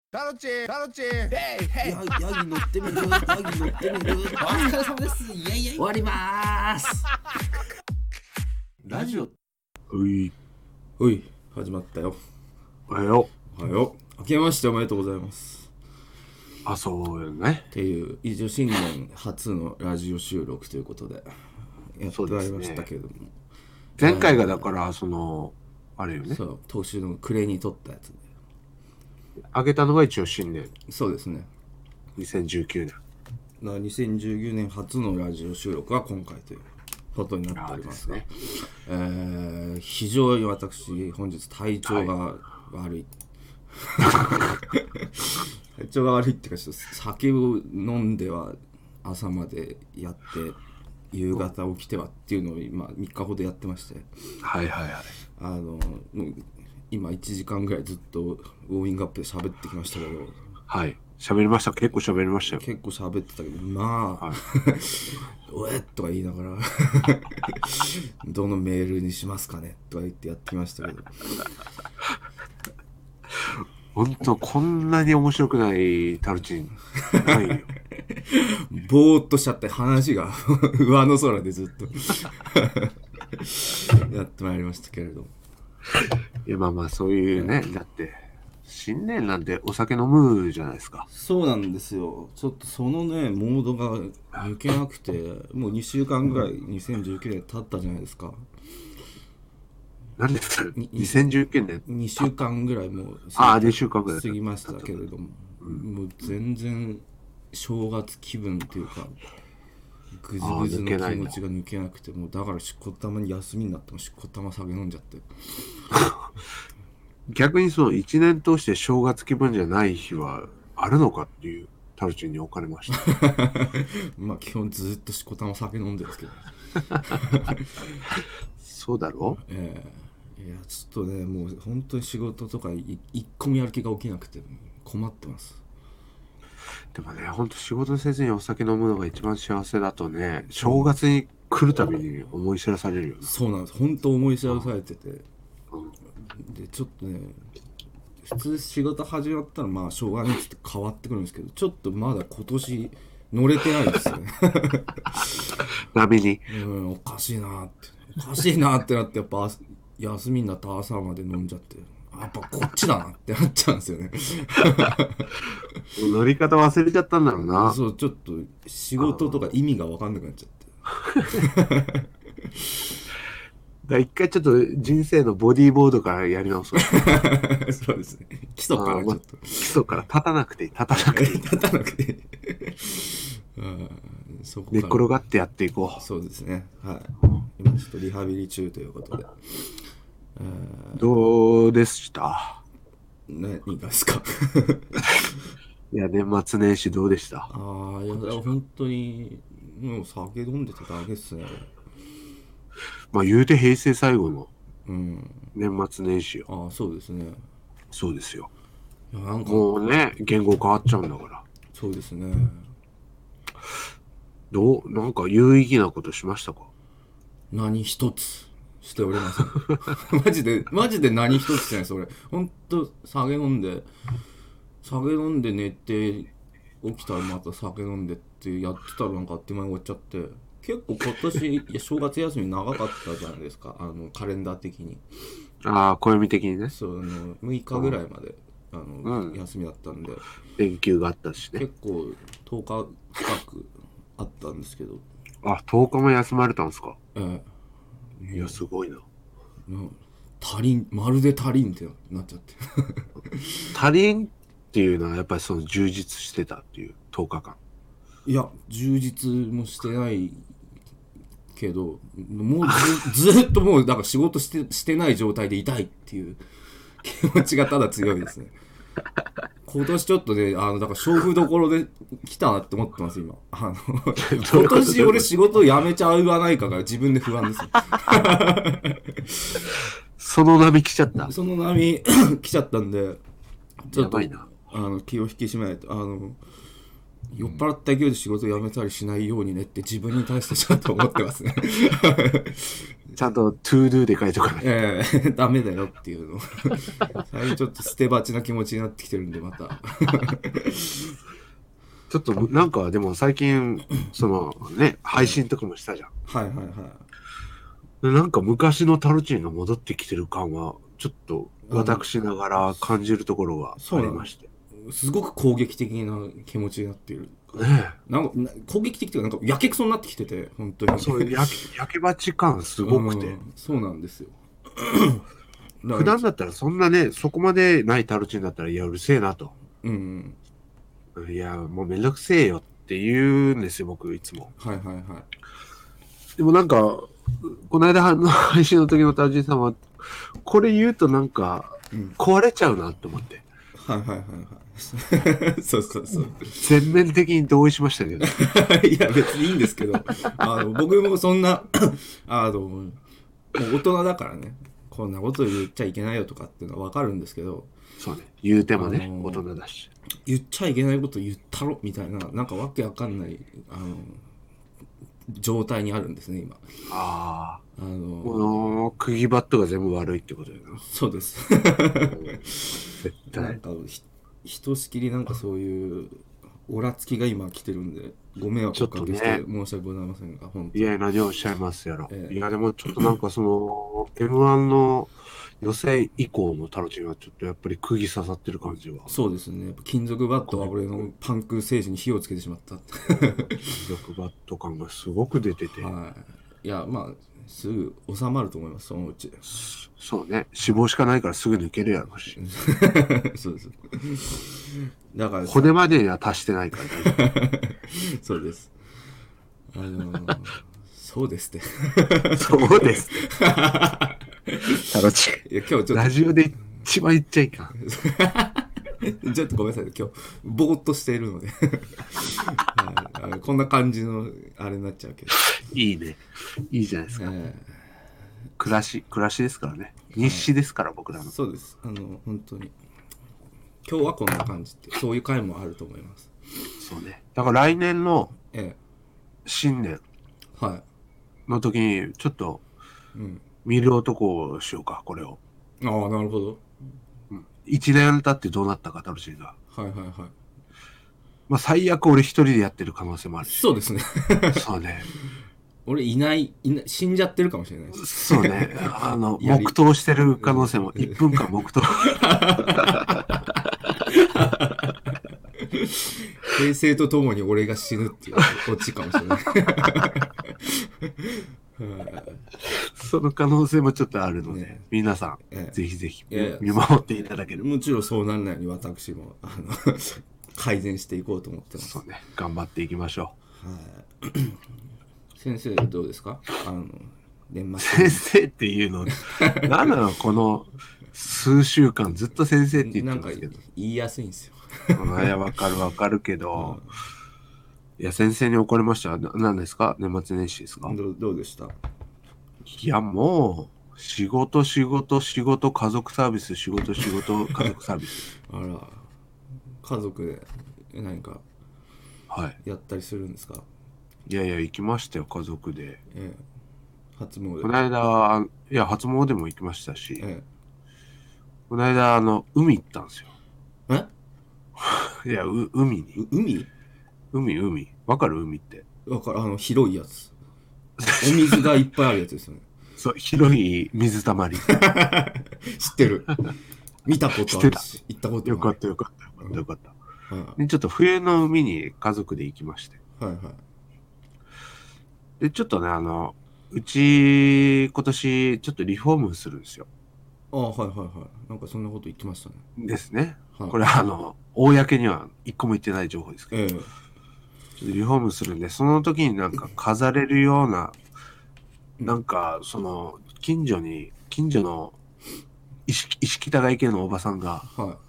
タロチヘイヘイヤギ乗ってみるお疲れ様ですイエイイエイ終わりますラジオおい始まったよ。 おはよおはよう。明けましておめでとうございます。 う。そうよね。 っていう一応新年初のラジオ収録ということでやってまいりましたけれども、 前回がだからあれよね。 そう当週の暮れに撮ったやつで、 あげたのが一応新年そうですね。 2019年。 2019年初のラジオ収録は今回ということになっておりますが、非常に私本日体調が悪い、体調が悪いっていうか、ちょっと酒を飲んでは朝までやって夕方起きてはっていうのを今3日ほどやってまして、 はいはいはい。 もう今1時間ぐらいずっとウォーミングアップで喋ってきましたけど、 はい。喋りました。結構喋りましたよ。 結構喋ってたけど、まあ、はい、おえっとか言いながらどのメールにしますかねとか言ってやってきましたけど、 本当こんなに面白くないタルチンないよ。 ぼーっとしちゃって話が上の空でずっとやってまいりましたけれども、 いやまあそういうね、だって新年なんてお酒飲むじゃないですか。 そうなんですよ。ちょっとそのねモードが抜けなくて、もう2週間ぐらい2019年経ったじゃないですか。 何ですか2019年 2週間ぐらいもう 2週間ぐらい過ぎましたけれども、もう全然正月気分っていうかぐずぐずの気持ちが抜けなくて、もうだからしこたまに休みになってもしこたま酒飲んじゃって逆にその1年通して正月気分じゃない日はあるのかっていうタルチンに置かれましたまあ基本ずっとしこたま酒飲んでるんですけどそうだろう。 いやちょっとねもう本当に仕事とか一個もやる気が起きなくて困ってます。 でもね、ほんと仕事せずにお酒飲むのが一番幸せだとね、正月に来るたびに思い知らされるよね。 そうなんです。本当思い知らされてて、でちょっとね普通仕事始まったらまあしょうがないって変わってくるんですけど、ちょっとまだ今年乗れてないですよね波に、 おかしいなってなって、やっぱ休みになった朝まで飲んじゃって、やっぱこっちだなってなっちゃうんですよね乗り方忘れちゃったんだろうな。 そう、ちょっと仕事とか意味が分かんなくなっちゃって一回ちょっと人生のボディーボードからやり直そうそうですね、基礎からちょっと、 基礎から立たなくていいそこ寝っ転がってやっていこう。 そうですね、はい。今ちょっとリハビリ中ということで、 どうでした？ 何がですかいや年末年始どうでした？ いや本当にもう酒飲んでただけっすね。 まあ言うて平成最後の年末年始よ。 そうですね。 そうですよ。 いやなんかもうね言語変わっちゃうんだから。 そうですね。 なんか有意義なことしましたか？ 何一つしておりませんマジで何一つしてないです俺。ほんと酒飲んで寝て起きたらまた酒飲んでってやってたらなんかあっという間に終わっちゃって、結構今年正月休み長かったじゃないですか、カレンダー的に。 暦的にね。 そう6日ぐらいまで休みだったんで、 連休があったしね。 結構10日近くあったんですけど。 10日も休まれたんですか？ いやすごいな。 まるで足りんってなっちゃって足りんっていうのはやっぱりその充実してたっていう10日間。 いや充実もしてないけど、もうずっともうなんか仕事してない状態でいたいっていう気持ちがただ強いですね今年ちょっとねだから勝負どころで来たなって思ってます今今年俺仕事辞めちゃうはないかが自分で不安ですその波来ちゃった。 その波来ちゃったんで、ちょっと気を引き締めないと、酔っ払った勢いで仕事辞めたりしないようにねって自分に対してちょっと思ってますねちゃんと to do で書いておかない。 ダメだよっていうの最近ちょっと捨て鉢な気持ちになってきてるんでまたちょっとなんかでも最近そのね配信とかもしたじゃん。 はいはいはい。 でなんか昔のタルチンが戻ってきてる感はちょっと私ながら感じるところがありまして。 すごく攻撃的な気持ちになっている。 ねなんか攻撃的というかなんかやけくそになってきてて本当に。 そう焼け鉢感すごくて。 そうなんですよ。 普段だったらそんなねそこまでないタルチンだったらいやうるせえなと。いやもうめんどくせえよって言うんですよ僕いつも。 はいはいはい。 でもなんかこの間の配信の時のタルチンさんはこれ言うとなんか壊れちゃうなと思って。 はいはいはいはい。そうそうそう。 全面的に同意しましたけど。 いや別にいいんですけど、僕もそんなもう大人だからね、こんなこと言っちゃいけないよとかっていうのはわかるんですけど。 そうね。言うてもね、大人だし。 言っちゃいけないこと言ったろみたいななんかわけわかんない状態にあるんですね今。 ああ。この釘バットが全部悪いってことよな。 そうです。 絶対。 なんかひとしきりなんかそういうオラつきが今来てるんでご迷惑をおかけして申し訳ございませんが、本当に。 いや何をおっしゃいますやろ。いやでもちょっとなんかそのM1 の予選以降のタロチンはちょっとやっぱり釘刺さってる感じは。 そうですね。金属バットは俺のパンク精神に火をつけてしまった。 金属バット感がすごく出てて。 はい。いやまあすぐ収まると思いますそのうち。 そうね。脂肪しかないからすぐ抜けるやろうし。 そうです。だから骨までには達してないから、ね、 そうです。そうですって。 そうですって。タロチン。 いや今日ちょっとラジオで一番言っちゃいかん。 ちょっとごめんなさい今日ぼーっとしているのでこんな感じのあれになっちゃうけど。 いいね。いいじゃないですか。暮らしですからね。日誌ですから、僕らの。 そうです。本当に今日はこんな感じってそういう回もあると思います。 そうね。だから来年の新年の時にちょっと見る男をしようかこれを。 ああなるほど。 1年経ってどうなったかタロチンが。 はいはいはい。 まあ最悪俺一人でやってる可能性もあるし。 そうですね。 そうね。 俺いない死んじゃってるかもしれないし。 そうね。黙祷してる可能性も1分間黙祷。 平成とともに俺が死ぬっていうオチかもしれない。 その可能性もちょっとあるので、皆さん、ぜひぜひ見守っていただける。 もちろんそうならないように私も改善していこうと思ってます。 そうね、頑張っていきましょう。先生どうですか？年末。 先生っていうの、なんなのこの数週間ずっと先生って言ってますけど。 なんか言いやすいんですよ。 いやわかるけど、いや先生に怒りました。何ですか？年末年始ですか？ どうでした？ いやもう仕事家族サービス家族サービス。 あら家族で何かやったりするんですか？ いや行きましたよ家族で。 初詣。 この間いや初詣も行きましたし、この間海行ったんですよ。いや海に。海わかる？海ってわかる。広いやつ。お水がいっぱいあるやつですよね。 そう広い水たまり。知ってる。見たことあるし行ったことよかった。でちょっと冬の海に家族で行きまして。でちょっとねうち今年ちょっとリフォームするんですよ。 なんかそんなこと言ってましたね。 ですね。これ公には一個も言ってない情報ですけど、ちょっとリフォームするんで、その時になんか飾れるような、なんかその近所の石北が池のおばさんが、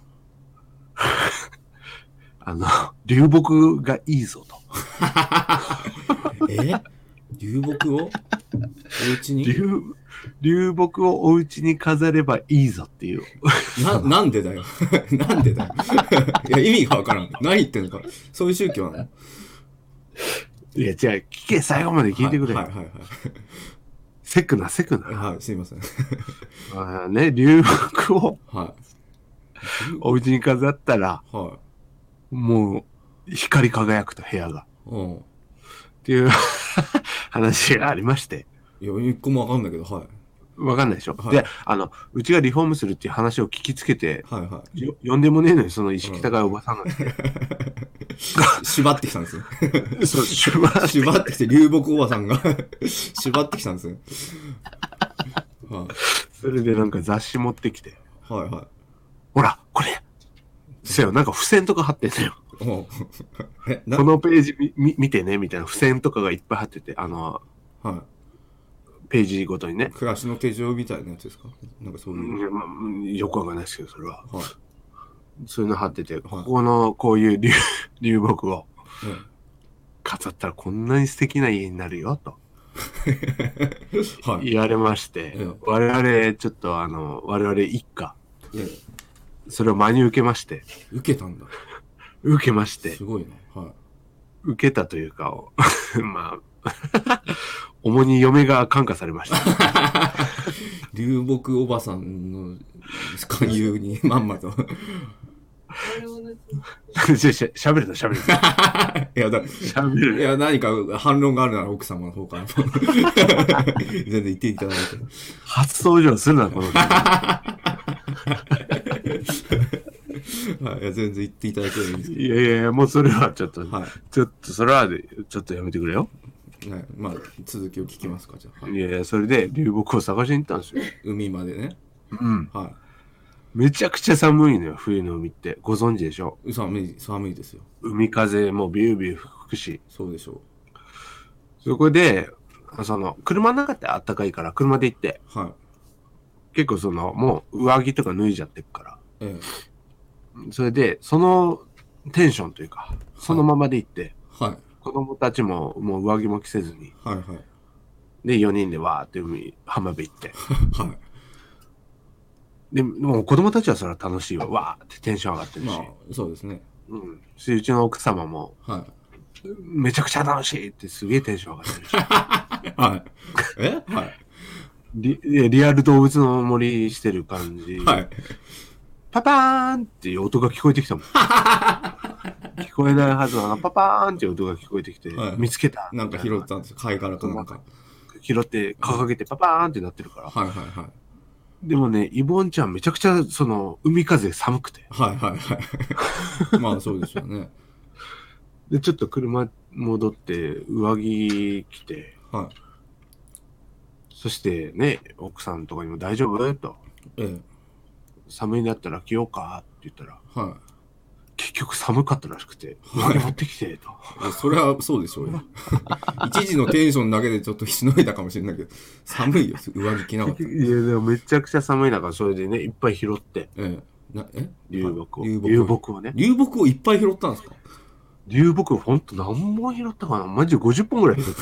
流木がいいぞと。 流木をお家に流木をお家に飾ればいいぞっていう。 なんでだよ。なんでだよ。いや、意味がわからん。何言ってんのか。そういう宗教なの？ いや、違う、最後まで聞いてくれ。 セクナ。 はい、すいません。 ね、流木をはお家に飾ったら、 い。はもう光り輝くと部屋が。 い。うん。 っていう話がありまして。 いや、一個もわかんないけど、はい。 わかんないでしょ、 はい、 で、うちがリフォームするっていう話を聞きつけて、 はいはい。 呼んでもねえのに、その意識高いおばさんが来て、 縛ってきたんですね。 そう、 縛ってきて、流木おばさんが縛ってきたんですね。はい。 それでなんか雑誌持ってきて、 はいはい。 ほら、これせよ、なんか付箋とか貼ってんのよ。 おうこのページ見てね、みたいな付箋とかがいっぱい貼ってて、 はい。 ページごとにね。 暮らしの手錠みたいなやつですか？なんかそういう。 いやまあ、よくわかんないですけど、それは。 はい。 そういうの貼ってて、ここのこういう流木をうん飾ったらこんなに素敵な家になるよ、とはい。 言われまして、我々、ちょっと我々一家、それを真に受けまして。 受けたんだ。 受けまして。 すごいな。はい。 受けたというか、まあ、主に嫁が感化されました。 流木おばさんの勧誘にまんまと。 喋るな。 いや、何か反論があるなら奥様の方から。全然言っていただいて。 初登場するな、この人。 はい、いや全然言っていただければいいんですけど。 いや、もうそれはちょっと、 はい、 それはちょっとやめてくれよ。 はい、まあ、続きを聞きますか、じゃあ。はい、 いや、それで流木を探しに行ったんですよ。 海までね。 うん。 はい。 めちゃくちゃ寒いのよ、冬の海って。ご存知でしょ？ 寒いですよ。 海風もビュービュー吹くし。 そうでしょう。 そこで、車の中ってあったかいから、車で行って。 はい。 結構もう上着とか脱いじゃってるから。 ええ。 それで、そのテンションというか、そのままで行って、 はい。 子供たちももう上着も着せずに、 はいはい。 で、4人でわーって浜辺行って。 はい。 で、もう子供たちはそれは楽しいわ、わーってテンション上がってるし。 まあ、そうですね。 うん。うちの奥様も、 はい。 めちゃくちゃ楽しいってすげえテンション上がってるし。 はい。はい。 リアル動物の森してる感じ。 はい。 パパーンっていう音が聞こえてきたもん。聞こえないはずなのパパーンっていう音が聞こえてきて、 はい、 見つけた。 なんか拾ったんですよ。貝殻かなんか。 拾って掲げてパパーンってなってるから。 はいはいはい。 でもね、イボンちゃんめちゃくちゃ海風寒くて。 はいはいはい。まあそうでしょうね。 で、ちょっと車戻って上着着て。 はい。 そしてね、奥さんとかにも大丈夫と。 ええ。 寒いんだったら着ようかって言ったら。 はい。 結局寒かったらしくて、上着持ってきて、と。 それはそうでしょうよ。一時のテンションだけでちょっとしのいだかもしれないけど、寒いよ、上着着なかった。 いや、でもめちゃくちゃ寒い中、それでね、いっぱい拾って。流木を。流木をね。 流木をいっぱい拾ったんですか？ 流木をほんと何本拾ったかな？マジで50本ぐらい拾った。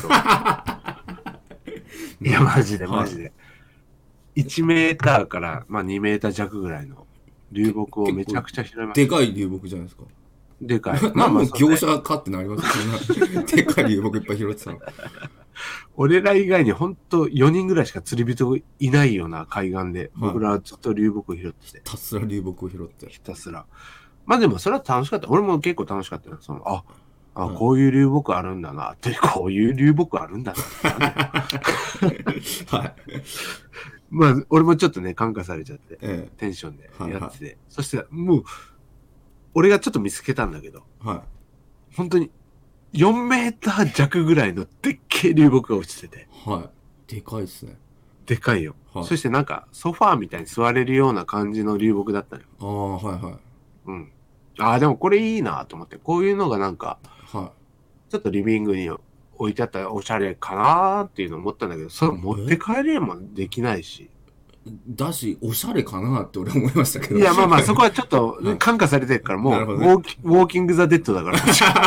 いや、マジで。1メーターから、まあ2メーター弱ぐらいの流木をめちゃくちゃ拾いました。 でかい流木じゃないですか。 でかい。 まあ業者かってなりますよね。でかい流木いっぱい拾ってたの。 俺ら以外にほんと4人ぐらいしか釣り人いないような海岸で、僕らはずっと流木を拾ってて。 ひたすら流木を拾って。 ひたすら。まあでもそれは楽しかった。俺も結構楽しかったよ。こういう流木あるんだなって、こういう流木あるんだなって。はい。まあ、俺もちょっとね、感化されちゃって、テンションでやってて。そして、もう、俺がちょっと見つけたんだけど、本当に4メーター弱ぐらいのでっけえ流木が落ちてて。 はい。でかいっすね。 でかいよ。そしてなんか、ソファーみたいに座れるような感じの流木だったのよ。 ああ、はいはい。 うん。ああ、でもこれいいなと思って、こういうのがなんか、ちょっとリビングに置いてあったらおしゃれかなーっていうのを思ったんだけど、それ持って帰れもできないし。 だし、おしゃれかなって俺思いましたけど。 いや、まあそこはちょっと感化されてるから、もう、ウォーキングザデッドだから。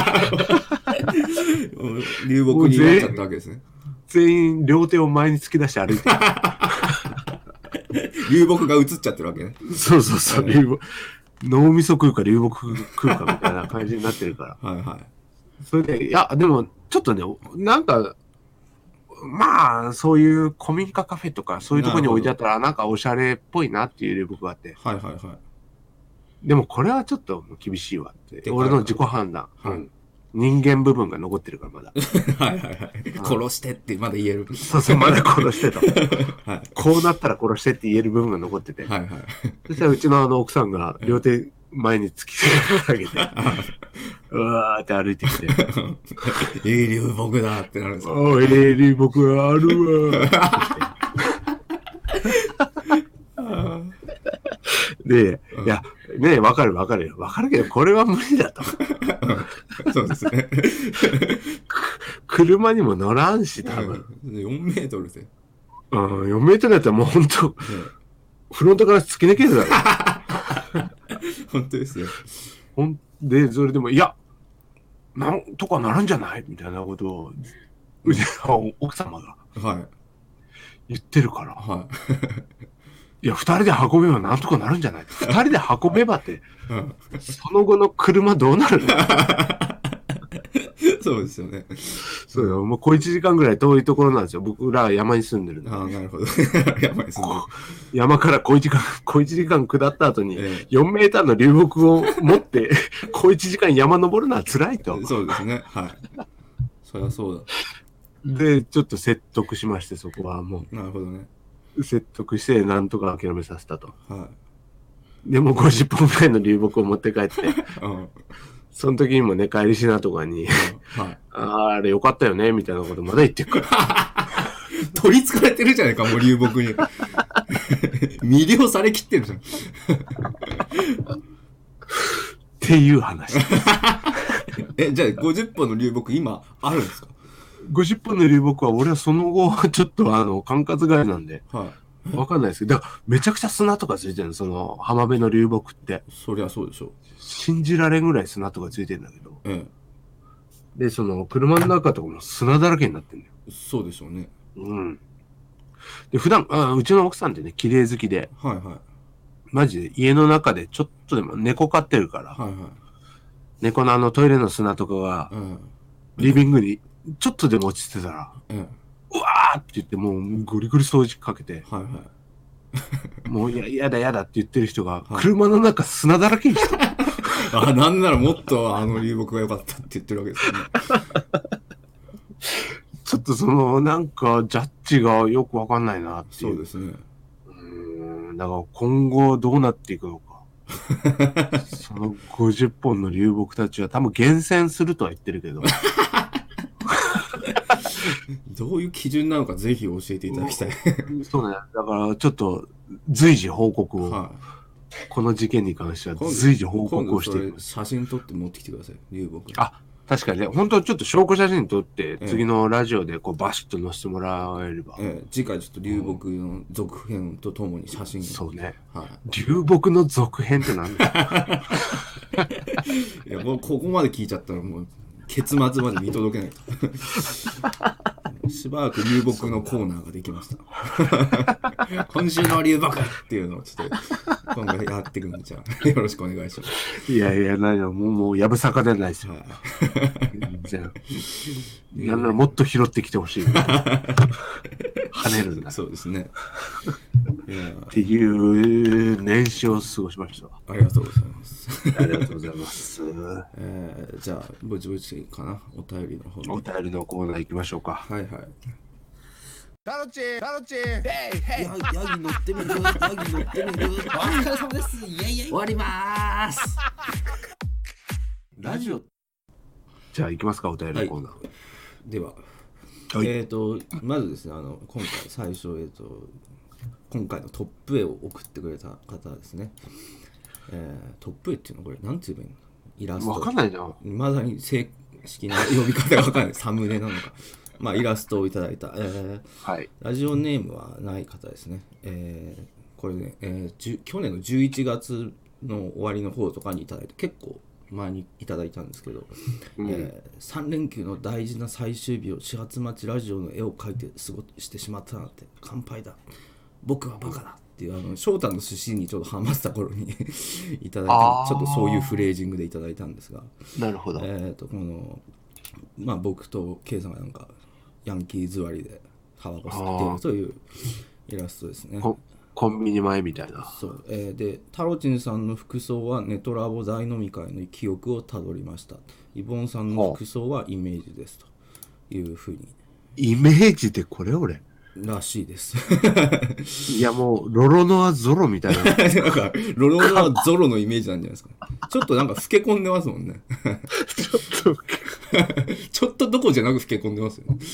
流木になっちゃったわけですね。 全員両手を前に突き出して歩いてる。流木が映っちゃってるわけね。 そう、流木。脳みそ食うか流木食うかみたいな感じになってるから。はいはい。それで、いや、でも、ちょっとね、なんか、 まあ、そういう古民家カフェとか、そういうところに置いてあったら、なんかおしゃれっぽいなっていう流木があって。 はいはいはい。 でもこれはちょっと厳しいわって。俺の自己判断。 はい。 人間部分が残ってるからまだ。 はいはいはい。殺してってまだ言える。 そうそう、まだ殺してと。 はい。 こうなったら殺してって言える部分が残ってて。 はいはい。 そしたらうちの奥さんが両手前に突き上げて、うわーって歩いてきて。 いい流木だってなるんですか。 おい、流木があるわー。で、いや、ねえ、わかるよ。わかるけど、これは無理だと。 そうですね。 車にも乗らんし、多分。 4メートルで。 4メートルだったらもう本当、フロントから突き抜けるだろ。 本当ですよ。 で、それでも、いや、なんとかならんじゃないみたいなことを、うちの奥様が言ってるから。 はい。 いや、二人で運べばなんとかなるんじゃない？二人で運べばって、その後の車どうなるの？ そうですよね。 そうよ、もう小1時間ぐらい遠いところなんですよ。僕ら山に住んでるんで。 ああ、なるほど。山に住んでる。 山から小1時間下った後に、4メーターの流木を持って、小1時間山登るのは辛いと。 そうですね。はい。そりゃそうだ。で、ちょっと説得しまして、そこはもう。なるほどね。 説得して、なんとか諦めさせたと。 はい。 でも50本くらいの流木を持って帰って、その時にもね、帰りしなとかに、あれよかったよね、みたいなことまだ言ってるから。 取り憑かれてるじゃないか、もう流木に。魅了されきってるじゃん。 っていう話。 じゃあ50本の流木今あるんですか ？50本の流木は俺はその後ちょっと管轄外なんで、わかんないですけど、だからめちゃくちゃ砂とかついてるの、その浜辺の流木って。 そりゃそうでしょう。 信じられんぐらい砂とかついてるんだけど、で、その車の中とかも砂だらけになってるんだよ。 そうでしょうね。 うん。で、普段、うちの奥さんってね、綺麗好きで、マジで家の中でちょっとでも猫飼ってるから、猫のトイレの砂とかが、リビングにちょっとでも落ちてたら、うわーって言ってもうゴリゴリ掃除かけて、もうやだって言ってる人が、車の中砂だらけにしてる。 なんならもっと流木が良かったって言ってるわけですよね。 ちょっとなんかジャッジがよくわかんないなっていう。 そうですね。 だから今後どうなっていくのか。その50本の流木たちは多分厳選するとは言ってるけど。 どういう基準なのかぜひ教えていただきたい。 そうね。だからちょっと随時報告を。この事件に関しては随時報告をしていく。 写真撮って持ってきてください、流木。 確かにね、本当はちょっと証拠写真撮って、次のラジオでバシッと載せてもらえれば。 次回ちょっと流木の続編とともに写真。 そうね。流木の続編って何だいや、もうここまで聞いちゃったらもう、結末まで見届けないと。しばらく流木のコーナーができました。今週の流木っていうのをちょっと今後やっていくんで、じゃあよろしくお願いします。 いや、ないよ、もうやぶさかでないですよ。じゃあ、なんならもっと拾ってきてほしい。跳ねるんだ。 そうですね。 っていう年始を過ごしました。 ありがとうございます。 ありがとうございます。 じゃあ、ぼちぼちかな。お便りの方に。 お便りのコーナー行きましょうか。 はい。 タロチヤギ乗ってみる。お疲れ様です。イエイイエイ。終わりまーす。 ラジオ。 じゃあ行きますか、お便りのコーナー。 では、まずですね、今回最初、今回のトップ絵を送ってくれた方ですね。トップ絵っていうのはこれ何て言えばいいの？イラスト。 わかんないな。 まだに正式な呼び方がわかんない。サムネなのか。イラストをいただいた、ラジオネームはない方ですね。これね、去年の11月の終わりの方とかにいただいて、結構前にいただいたんですけど、3連休の大事な最終日を4月待ちラジオの絵を描いて過ごしてしまったなんて、乾杯だ。僕はバカだ。っていう翔太の寿司にちょうどハマってた頃にいただいた、ちょっとそういうフレージングでいただいたんですが、 なるほど。 この僕と K さんがなんかヤンキー座りでタバコ吸っているというイラストですね。 コンビニ前みたいな。 そう、でタロチンさんの服装はネトラボ大飲み会の記憶をたどりました。イボンさんの服装はイメージですというふうにイメージでこれ俺らしいですいやもうロロノアゾロみたいななんかロロノアゾロのイメージなんじゃないですか。ちょっとなんか老け込んでますもんねちょっとちょっとどこじゃなく老け込んでますよね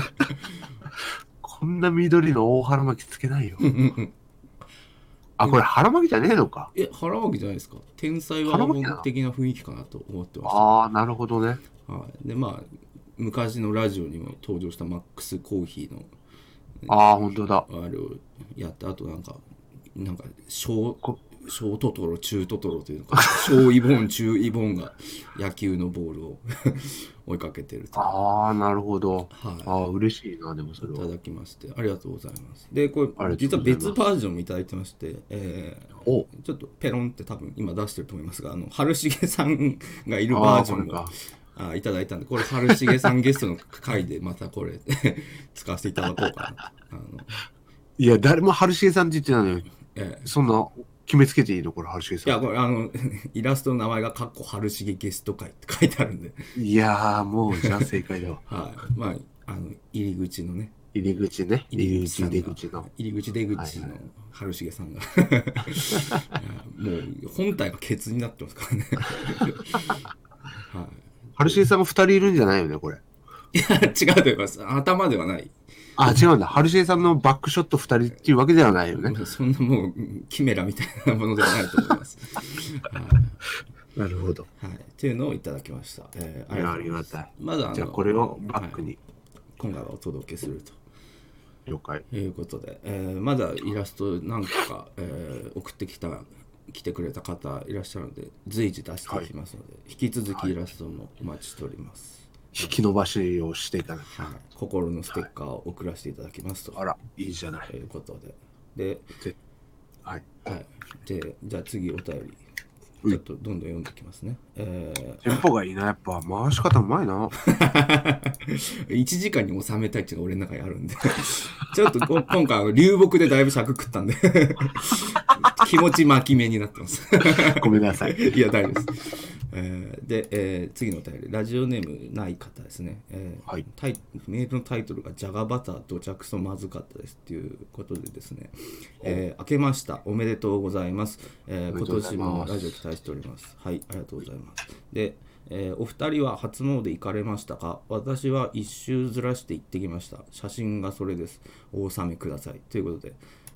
こんな緑の大腹巻きつけないよあ、これ腹巻きじゃねえのか。 腹巻きじゃないですか。天才は本的な雰囲気かなと思ってました。 ああ、なるほどね。 はい。で、まあ、昔のラジオにも登場したマックスコーヒーの、 ああ、本当だ。 あれをやった後、なんか、小トトロ、中トトロというのか、小イボン、中イボンが野球のボールを追いかけてると。 ああ、なるほど。 はい。 ああ、嬉しいな、でもそれは。 いただきまして、ありがとうございます。で、これ、実は別バージョンもいただいてまして、ちょっとペロンって多分今出してると思いますが、春重さんがいるバージョンもいただいたんで、これ、春重さんゲストの回でまたこれ、使わせていただこうかな。 いや、誰も春重さんって言ってないのよ。そんな、決めつけていいのこれ、春重さん。 いや、これ、イラストの名前が、かっこ春重ゲスト会って書いてあるんで。 いやー、もう、じゃあ正解だわ。 はい。まあ、入り口のね。 入り口ね。入り口、出口の。 入り口、出口の春重さんが。もう、本体がケツになってますからね。はい。 春重さんも2人いるんじゃないよね、これ。 いや、違うと思います。頭ではない。 あ、違うんだ。春重さんのバックショット2人っていうわけではないよね。 そんなもう、キメラみたいなものではないと思います。 なるほど。 はい。っていうのをいただきました。 ありがたい。 まだじゃあこれをバックに、 今回はお届けすると。 了解。 いうことで、まだイラスト何個か、送って来てくれた方いらっしゃるので随時出していきますので、引き続きイラストもお待ちしております。 引き伸ばしをしていかない。 はい。心のステッカーを送らせていただきますと。 あら、いいじゃない。 ということで。 はい。 はい。で、じゃあ次お便り。ちょっとどんどん読んでいきますね。 テンポがいいな、やっぱ回し方うまいな。 1時間に収めたいっていうのが俺の中にあるんでちょっと今回流木でだいぶ尺食ったんで気持ち巻き目になってますごめんなさい。 いや大丈夫です。で、次のお便り、ラジオネームない方ですね。 はい、 メールのタイトルがじゃがバターどちゃくそまずかったですっていうことでですね、明けましたおめでとうございます。今年もラジオ期待しております。はい、ありがとうございます。で、お二人は初詣行かれましたか？私は一周ずらして行ってきました。写真がそれです。お納めくださいということで、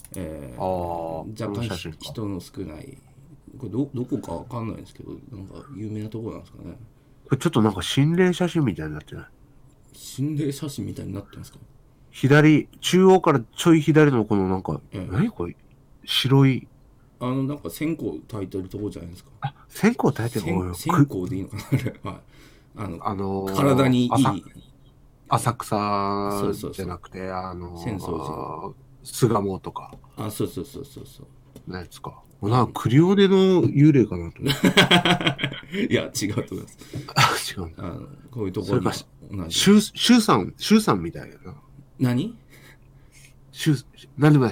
若干人の少ないこれ どこかわかんないんですけど、なんか有名なところなんですかね。 これちょっとなんか心霊写真みたいになってない？ 心霊写真みたいになってるんですか？ 左、中央からちょい左のこのなんか、何これ白い。 なんか線香焚いてるところじゃないですか。 あ、線香焚いてる。 線香でいいのかなはい。体にいい。 浅草じゃなくて、 浅草寺。 巣鴨とか。 あ、そう。 のやつか。なんかクリオネの幽霊かなと思って。 いや、違うと思います。 あ、違うんだ。 こういうところが同じ。シュウさんみたいな。 何？ なんでもないです。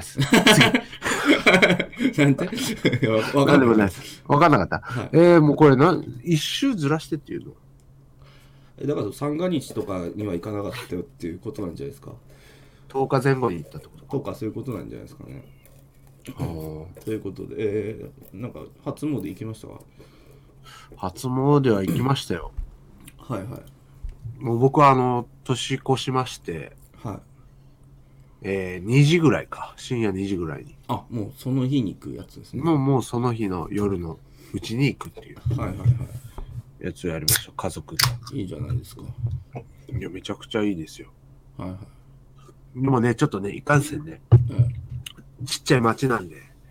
なんて？ なんでもないです。わかんなかった。はい、もうこれ一周ずらしてっていうの？ だから三が日とかには行かなかったよっていうことなんじゃないですか。 10日前後に行ったってことか。 とかそういうことなんじゃないですかね。ということで、なんか初詣行きましたか？ 初詣は行きましたよ。 はいはい。 もう僕は年越しまして、 はい。 2時ぐらいか。深夜2時ぐらいに。 あ、もうその日に行くやつですね。 もうその日の夜のうちに行くっていう。 はいはいはい。 やつをやりました。家族で。 いいじゃないですか。 いや、めちゃくちゃいいですよ。 はいはい。 でもね、ちょっとね、いかんせんね。ちっちゃい町なんで。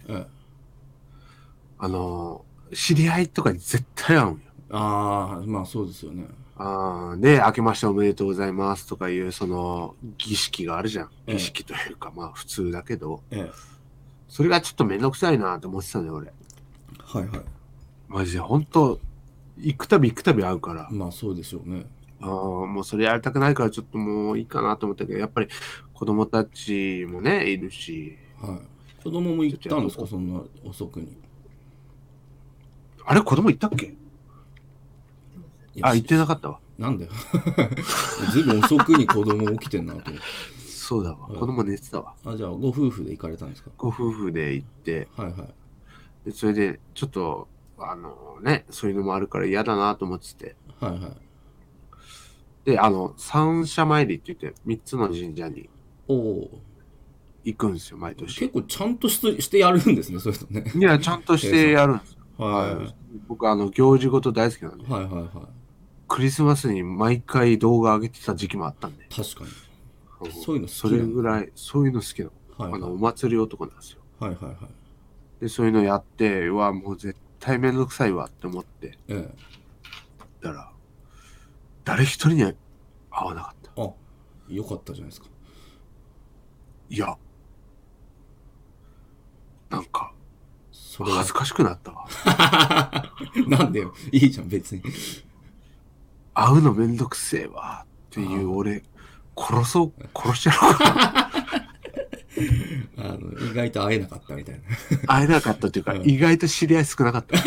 知り合いとかに絶対会うんよ。 ああ、まあそうですよね。 で、明けましておめでとうございますとかいう、その、儀式があるじゃん。儀式というか、まあ普通だけど。それがちょっとめんどくさいなって思ってたね、俺。 はいはい。 マジで、ほんと、行くたび会うから。 まあそうでしょうね。 もうそれやりたくないからちょっともういいかなと思ったけど、やっぱり子供たちもね、いるし。 はい。子供も行ったんですか、そんな遅くに。 あれ、子供行ったっけ？あ、行ってなかったわ。 なんだよ。ずいぶん遅くに子供起きてんなと思って。 そうだわ。子供寝てたわ。 じゃあご夫婦で行かれたんですか？ ご夫婦で行って、 はいはい。 でそれでちょっと、そういうのもあるから嫌だなと思ってて。 はいはい。 で、三社参りって言って、3つの神社に行くんですよ、毎年。 結構ちゃんとしてやるんですね、そういうのね。 いや、ちゃんとしてやるんですよ。 はい。 僕、行事ごと大好きなんで。 はいはいはい。 クリスマスに毎回動画上げてた時期もあったんで。 確かに。そういうの好きそれぐらい、そういうの好きなの。 はいはい、 お祭り男なんですよ。 はいはいはい。 で、そういうのやって、もう絶対めんどくさいわって思って。だから、誰一人に会わなかった。 あ、よかったじゃないですか。 いや、なんか、恥ずかしくなったわ。 なんでよ、いいじゃん、別に。 会うのめんどくせえわっていう俺、殺しちゃろうかな。意外と会えなかったみたいな。 会えなかったっていうか、意外と知り合い少なかった。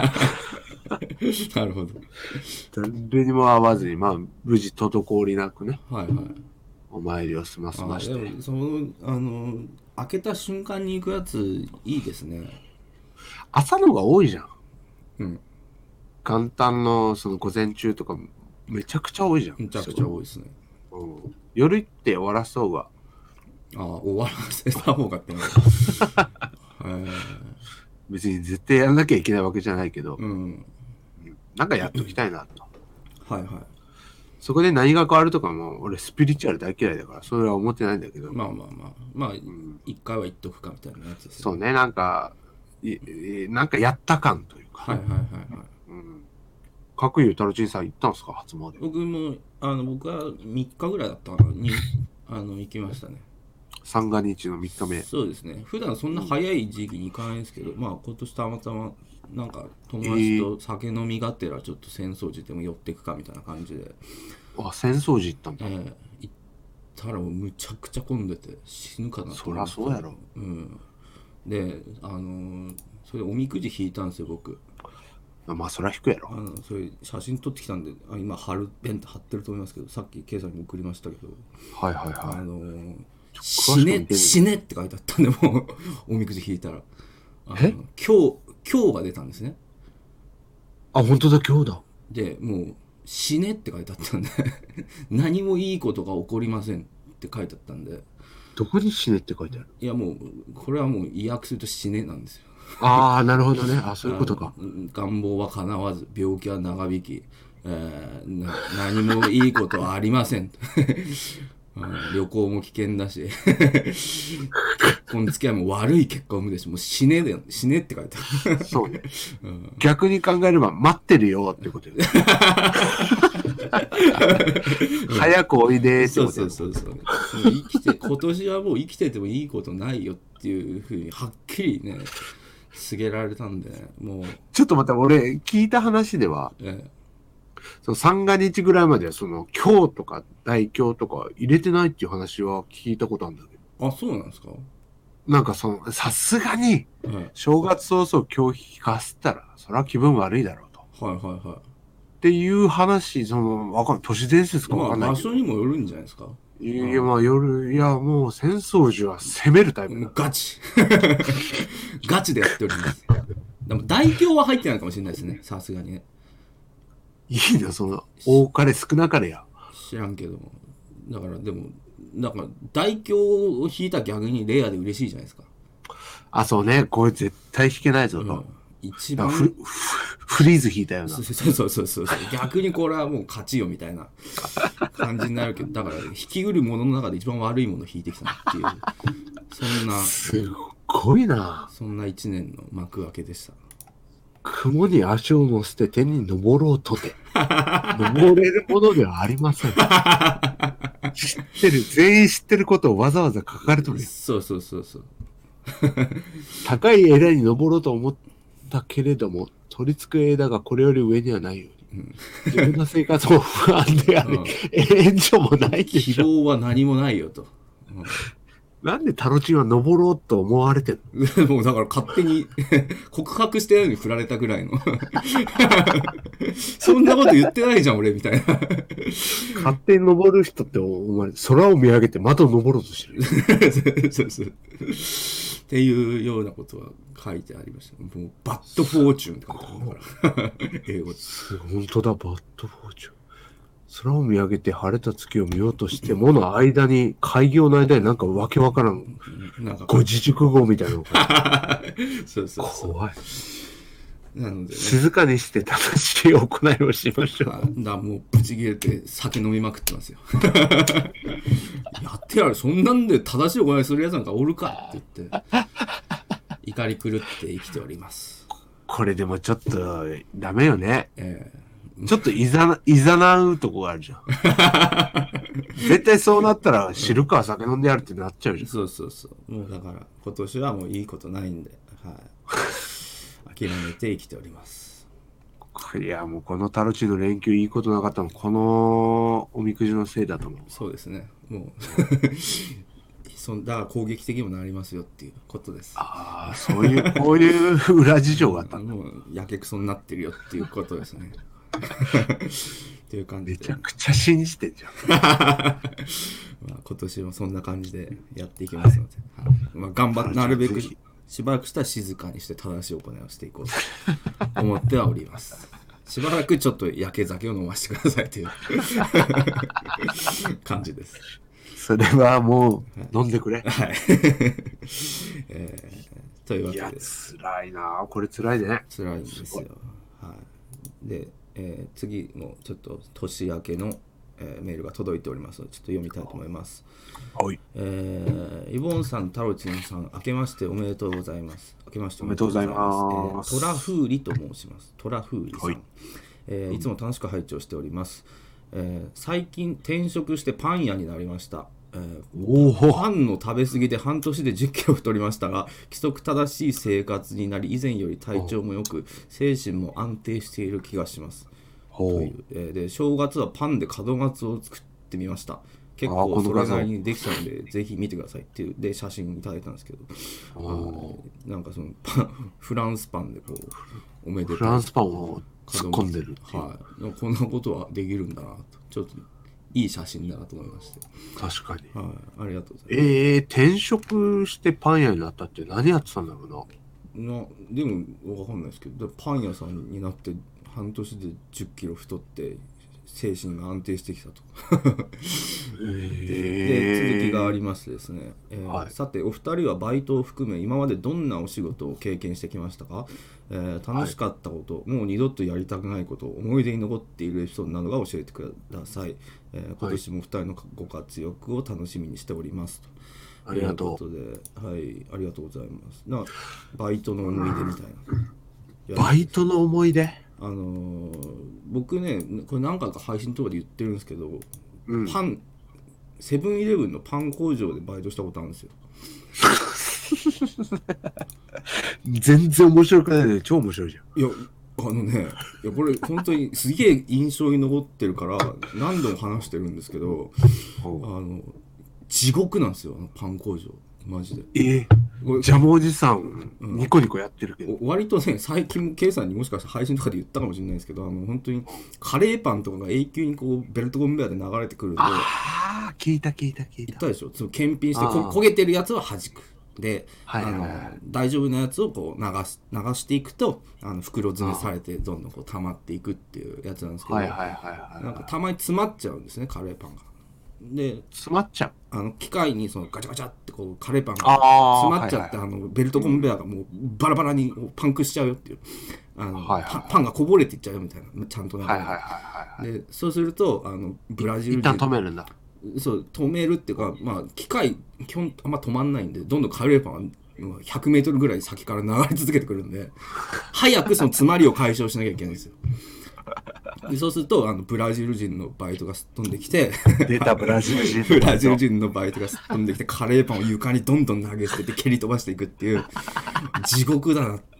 なるほど。 誰にも会わずに、まあ、無事滞りなくね。 はいはい。 お参りを済ませまして。 でも開けた瞬間に行くやつ、いいですね。 朝のが多いじゃん。 うん。 元旦のその午前中とかめちゃくちゃ多いじゃん。 めちゃくちゃ多いですね。 夜行って終わらそうが。 終わらせた方がってね。 別に絶対やらなきゃいけないわけじゃないけど、 うん、 なんかやっときたいなと。 はいはい。 そこで何が変わるとかも、俺スピリチュアル大嫌いだから、それは思ってないんだけど。 まあ、一回は言っとくかみたいなやつですね。 そうね、なんかやった感というか。 はいはいはいはい。 かくいうタロチンさん行ったんですか、初詣。 僕は3日ぐらいだったかなに行きましたね。 三が日の3日目。 そうですね。普段そんな早い時期に行かないんですけど、まあ今年たまたまなんか友達と酒飲みがてらちょっと浅草寺でも寄っていくかみたいな感じで。 浅草寺行ったんだ。 行ったらもうむちゃくちゃ混んでて死ぬかなと思って。そりゃそうやろ。 でそれでおみくじ引いたんですよ僕。 まあそりゃ引くやろ。 それ写真撮ってきたんで今ペンって貼ってると思いますけど、さっきケイさんに送りましたけど。 はいはいはい。 死ねって書いてあったんで、もうおみくじ引いたら今日が出たんですね。 あ、本当だ、今日だ。 でもう死ねって書いてあったんで何もいいことが起こりませんって書いてあったんで。 どこに死ねって書いてある？ いやもうこれはもう意訳すると死ねなんですよ。 ああ、なるほどね。あ、そういうことか。 願望は叶わず、病気は長引き、何もいいことはありません。旅行も危険だし結婚付き合いも悪い結果を生むでしょ。もう死ねって書いてある。 そうね、逆に考えれば待ってるよってことよ。早くおいでってことよ。 そう今年はもう生きててもいいことないよっていうふうにはっきりね告げられたんで、もうちょっと待って、俺聞いた話では、その三が日ぐらいまではその経とか大経とか入れてないっていう話は聞いたことあるんだけど。 あ、そうなんですか。 なんかさすがに正月早々経引かせたらそれは気分悪いだろうと。 はいはいはい。 っていう話、わかんない、都市伝説かわかんないけど。 場所にもよるんじゃないですか。 いや、まあもう浅草寺は攻めるタイプ。 もうガチガチでやっております。でも大経は入ってないかもしれないですね、さすがにね。 いいな、その多かれ少なかれや。 知らんけども、だからでもなんか大経を引いたら逆にレアで嬉しいじゃないですか。 あ、そうね、これ絶対引けないぞと。 一番フリーズ引いたような。 そう逆にこれはもう勝ちよみたいな感じになるけど、だから引きうるものの中で一番悪いものを引いてきたなっていう、そんなすごいな。 そんな一年の幕開けでした。 雲に足を乗せて天に登ろうとて登れるものではありません。全員知ってることをわざわざ書かれとる。 そう高い枝に登ろうと思ったけれども取り付く枝がこれより上にはないように自分の生活も不安であり、援助もないでし希ょ。 望は何もないよと。 なんでタロチンは登ろうと思われてるもうだから勝手に告白してないのに振られたぐらいのそんなこと言ってないじゃん俺みたいなの？勝手に登る人ってお前空を見上げてまた登ろうとしてるよ。 そうそうっていうようなことは書いてありました。もうバッドフォーチュンって書いてあるから英語で。 本当だ、バッドフォーチュン。空を見上げて晴れた月を見ようとしてもの間に、開業の間になんかわけわからん、 なんか五字熟語みたいなのが。 そうそうそう。 怖い。 なのでね。 静かにして正しい行いをしましょう。 だもうブチ切れて酒飲みまくってますよ。やってやる、そんなんで正しい行いするやつなんかおるかって言って、怒り狂って生きております。 これでもちょっとダメよね。ちょっといざなうとこがあるじゃん。絶対そうなったら知るか酒飲んでやるってなっちゃうじゃん。 そうそうそう。もうだから今年はもういいことないんで、はい、諦めて生きております。 いやもうこのタロチンの連休いいことなかったのこのおみくじのせいだと思う。 そうですね。もうだから攻撃的にもなりますよっていうことです。 ああ、そういうこういう裏事情があったんだ。 もうやけくそになってるよっていうことですね。っていう感じでめちゃくちゃ信じてんじゃん。 まあ今年もそんな感じでやっていきますので、はいまあ、頑張ってなるべくしばらくしたら静かにして正しい行いをしていこうと思ってはおります。しばらくちょっと焼け酒を飲ませてくださいという感じです。 それはもう飲んでくれ。 はい。というわけで。 いや辛いな。これ辛いね。 辛いんですよ。はい。で。次もちょっと年明けの、メールが届いておりますのでちょっと読みたいと思います。 はい。 イボンさん、タロチンさん、明けましておめでとうございます。明けましておめでとうございます。 トラフーリと申します。トラフーリさん、 はいいつも楽しく拝聴しております。最近転職してパン屋になりました。パンの食べ過ぎで半年で10キロ太りましたが規則正しい生活になり以前より体調も良く精神も安定している気がしますという、で正月はパンで門松を作ってみました。結構それなりにできたのでぜひ見てくださいっていうで写真いただいたんですけどなんかそのフランスパンでこうおめでとうフランスパンを突っ込んでるっていう、 はい、こんなことはできるんだなとちょっといい写真だなと思いまして。 確かに。 はい、ありがとうございます。 転職してパン屋になったって何やってたんだろうな。でもわかんないですけど、パン屋さんになって半年で10キロ太って精神が安定してきたと。で続きがありましてですね、はい、さてお二人はバイトを含め今までどんなお仕事を経験してきましたか？楽しかったこと、はい、もう二度とやりたくないこと、思い出に残っているエピソードなどが教えてください。今年も二人のご活躍を楽しみにしておりますと。 ありがとう。 ということで、はい、ありがとうございます。バイトの思い出みたいな。バイトの思い出？ 僕ね、これ何回か配信とかで言ってるんですけど、パン、セブンイレブンのパン工場でバイトしたことあるんですよ。 全然面白くないね。超面白いじゃん。 いやこれ本当にすげえ印象に残ってるから何度も話してるんですけど地獄なんですよパン工場マジで。ジャムおじさん、ニコニコやってるけど割とね最近Kさんにもしかしたら配信とかで言ったかもしれないですけど本当にカレーパンとかが永久にこうベルトコンベヤーで流れてくるんで聞いた言ったでしょ。その検品して焦げてるやつは弾くで、大丈夫なやつをこう流していくと袋詰めされてどんどんこう溜まっていくっていうやつなんですけどなんかたまに詰まっちゃうんですねカレーパンが。で詰まっちゃう機械にそのガチャガチャってこうカレーパンが詰まっちゃってベルトコンベヤーがもうバラバラにパンクしちゃうよっていうパンがこぼれていっちゃうよみたいなちゃんとでそうするとブラジル人一旦止めるんだ。 そう止めるっていうか、機械基本あんま止まんないんでどんどんカレーパンは100メートルぐらい先から流れ続けてくるんで早くその詰まりを解消しなきゃいけないんですよ。でそうするとブラジル人のバイトがすっ飛んできて出たブラジル人ブラジル人のバイトがすっ飛んできてカレーパンを床にどんどん投げ捨てて蹴り飛ばしていくっていう地獄だなっ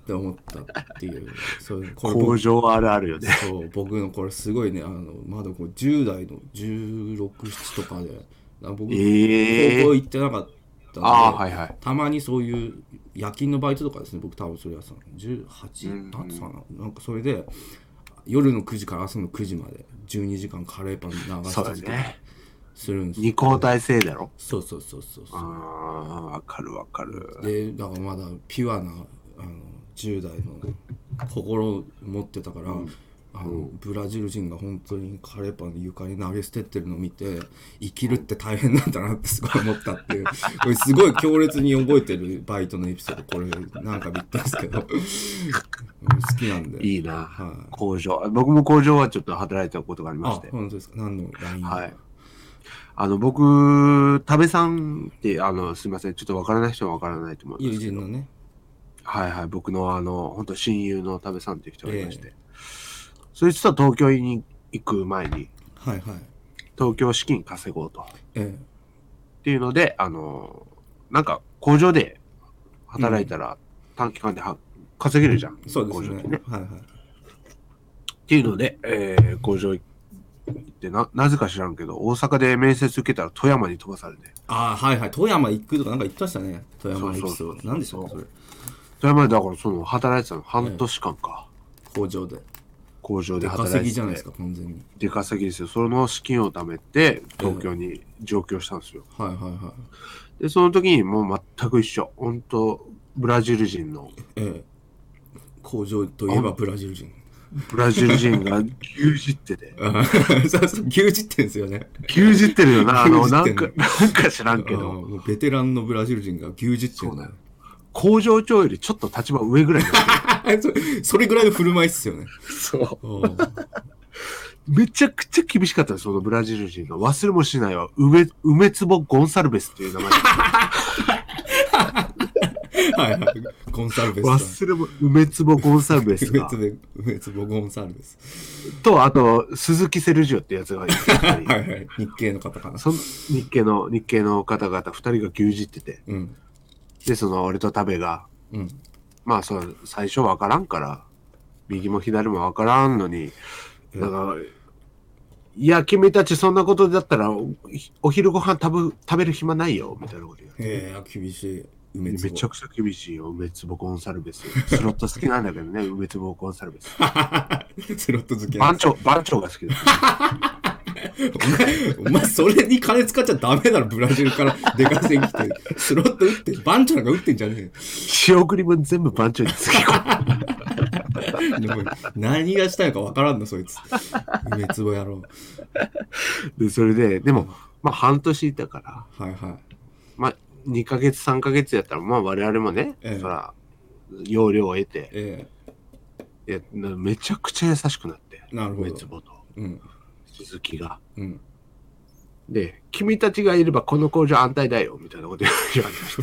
って思ったっていう、そういうこれ工場あるあるよね。 そう僕のこれすごいね、まだこう10代の16、7とかで、僕、高校行ってなかったので、たまにそういう夜勤のバイトとかですね、僕多分それはさ18なんつかな、なんかそれで夜の9時から朝の9時まで12時間カレーパン流したりとかするんですよ。 2交代制だろ。 そう。 わかるわかる。 でだからまだピュアな10代の心を持ってたから、ブラジル人が本当にカレーパン床に投げ捨ててるのを見て、生きるって大変なんだなってすごい思ったっていう、これすごい強烈に覚えてるバイトのエピソード、これなんか言ったんですけど好きなんで。 いいな、工場。僕も工場はちょっと働いたことがありまして。 あ、本当ですか。何のライン？ はい。僕、多部さんって、すいません。ちょっとわからない人はわからないと思いますけど。 友人のね。 はいはい。僕の本当親友の多部さんっていう人がいまして。そいつと東京に行く前に、東京資金稼ごうと。っていうので、なんか工場で働いたら短期間で稼げるじゃん。 そうですね。 工場ってね。っていうので、工場行ってなぜか知らんけど、大阪で面接受けたら富山に飛ばされて。 富山行くとかなんか言ってましたね。富山エピソード。何でしたっけそれ。 富山でだから働いてたの半年間か。 工場で働いてて。出稼ぎじゃないですか、完全に。 出稼ぎですよ。その資金を貯めて東京に上京したんですよ。でその時にもう全く一緒。本当ブラジル人の、 工場といえばブラジル人が牛耳っててそう牛耳ってんですよね。 牛耳ってるよな。なんか知らんけどもうベテランのブラジル人が牛耳ってるんだよ。 工場長よりちょっと立場上ぐらいそれぐらいの振る舞いっすよね。 めちゃくちゃ厳しかったです。そのブラジル人が忘れもしないわ。梅坪ゴンサルベスっていう名前ゴンサルベス忘れも梅坪ゴンサルベスが梅坪ゴンサルベスと、あと鈴木セルジオってやつがいて日系の方かな。 日系の方々2人が牛耳ってて、で俺と田部が、まあ最初わからんから右も左もわからんのに、なんかいや君たちそんなことだったらお昼ご飯食べる暇ないよみたいなこと言う。 厳しい。 めちゃくちゃ厳しいよ。梅坪ゴンサルベス。スロット好きなんだけどね、梅坪ゴンサルベス。 スロット好き。 番長が好きです、 お前それに金使っちゃダメだろ。ブラジルから出稼ぎ来てスロット打って番長なんか打ってんじゃねえよ。 仕送り分全部番長につぎ込む。何がしたいのかわからんのそいつ。梅坪野郎。 でそれででもまあ半年いたから、まあ2ヶ月3ヶ月やったらまあ我々もね、そら要領を得て、めちゃくちゃ優しくなって、梅坪と、鈴木が、で君たちがいればこの工場安泰だよみたいなこと言われました。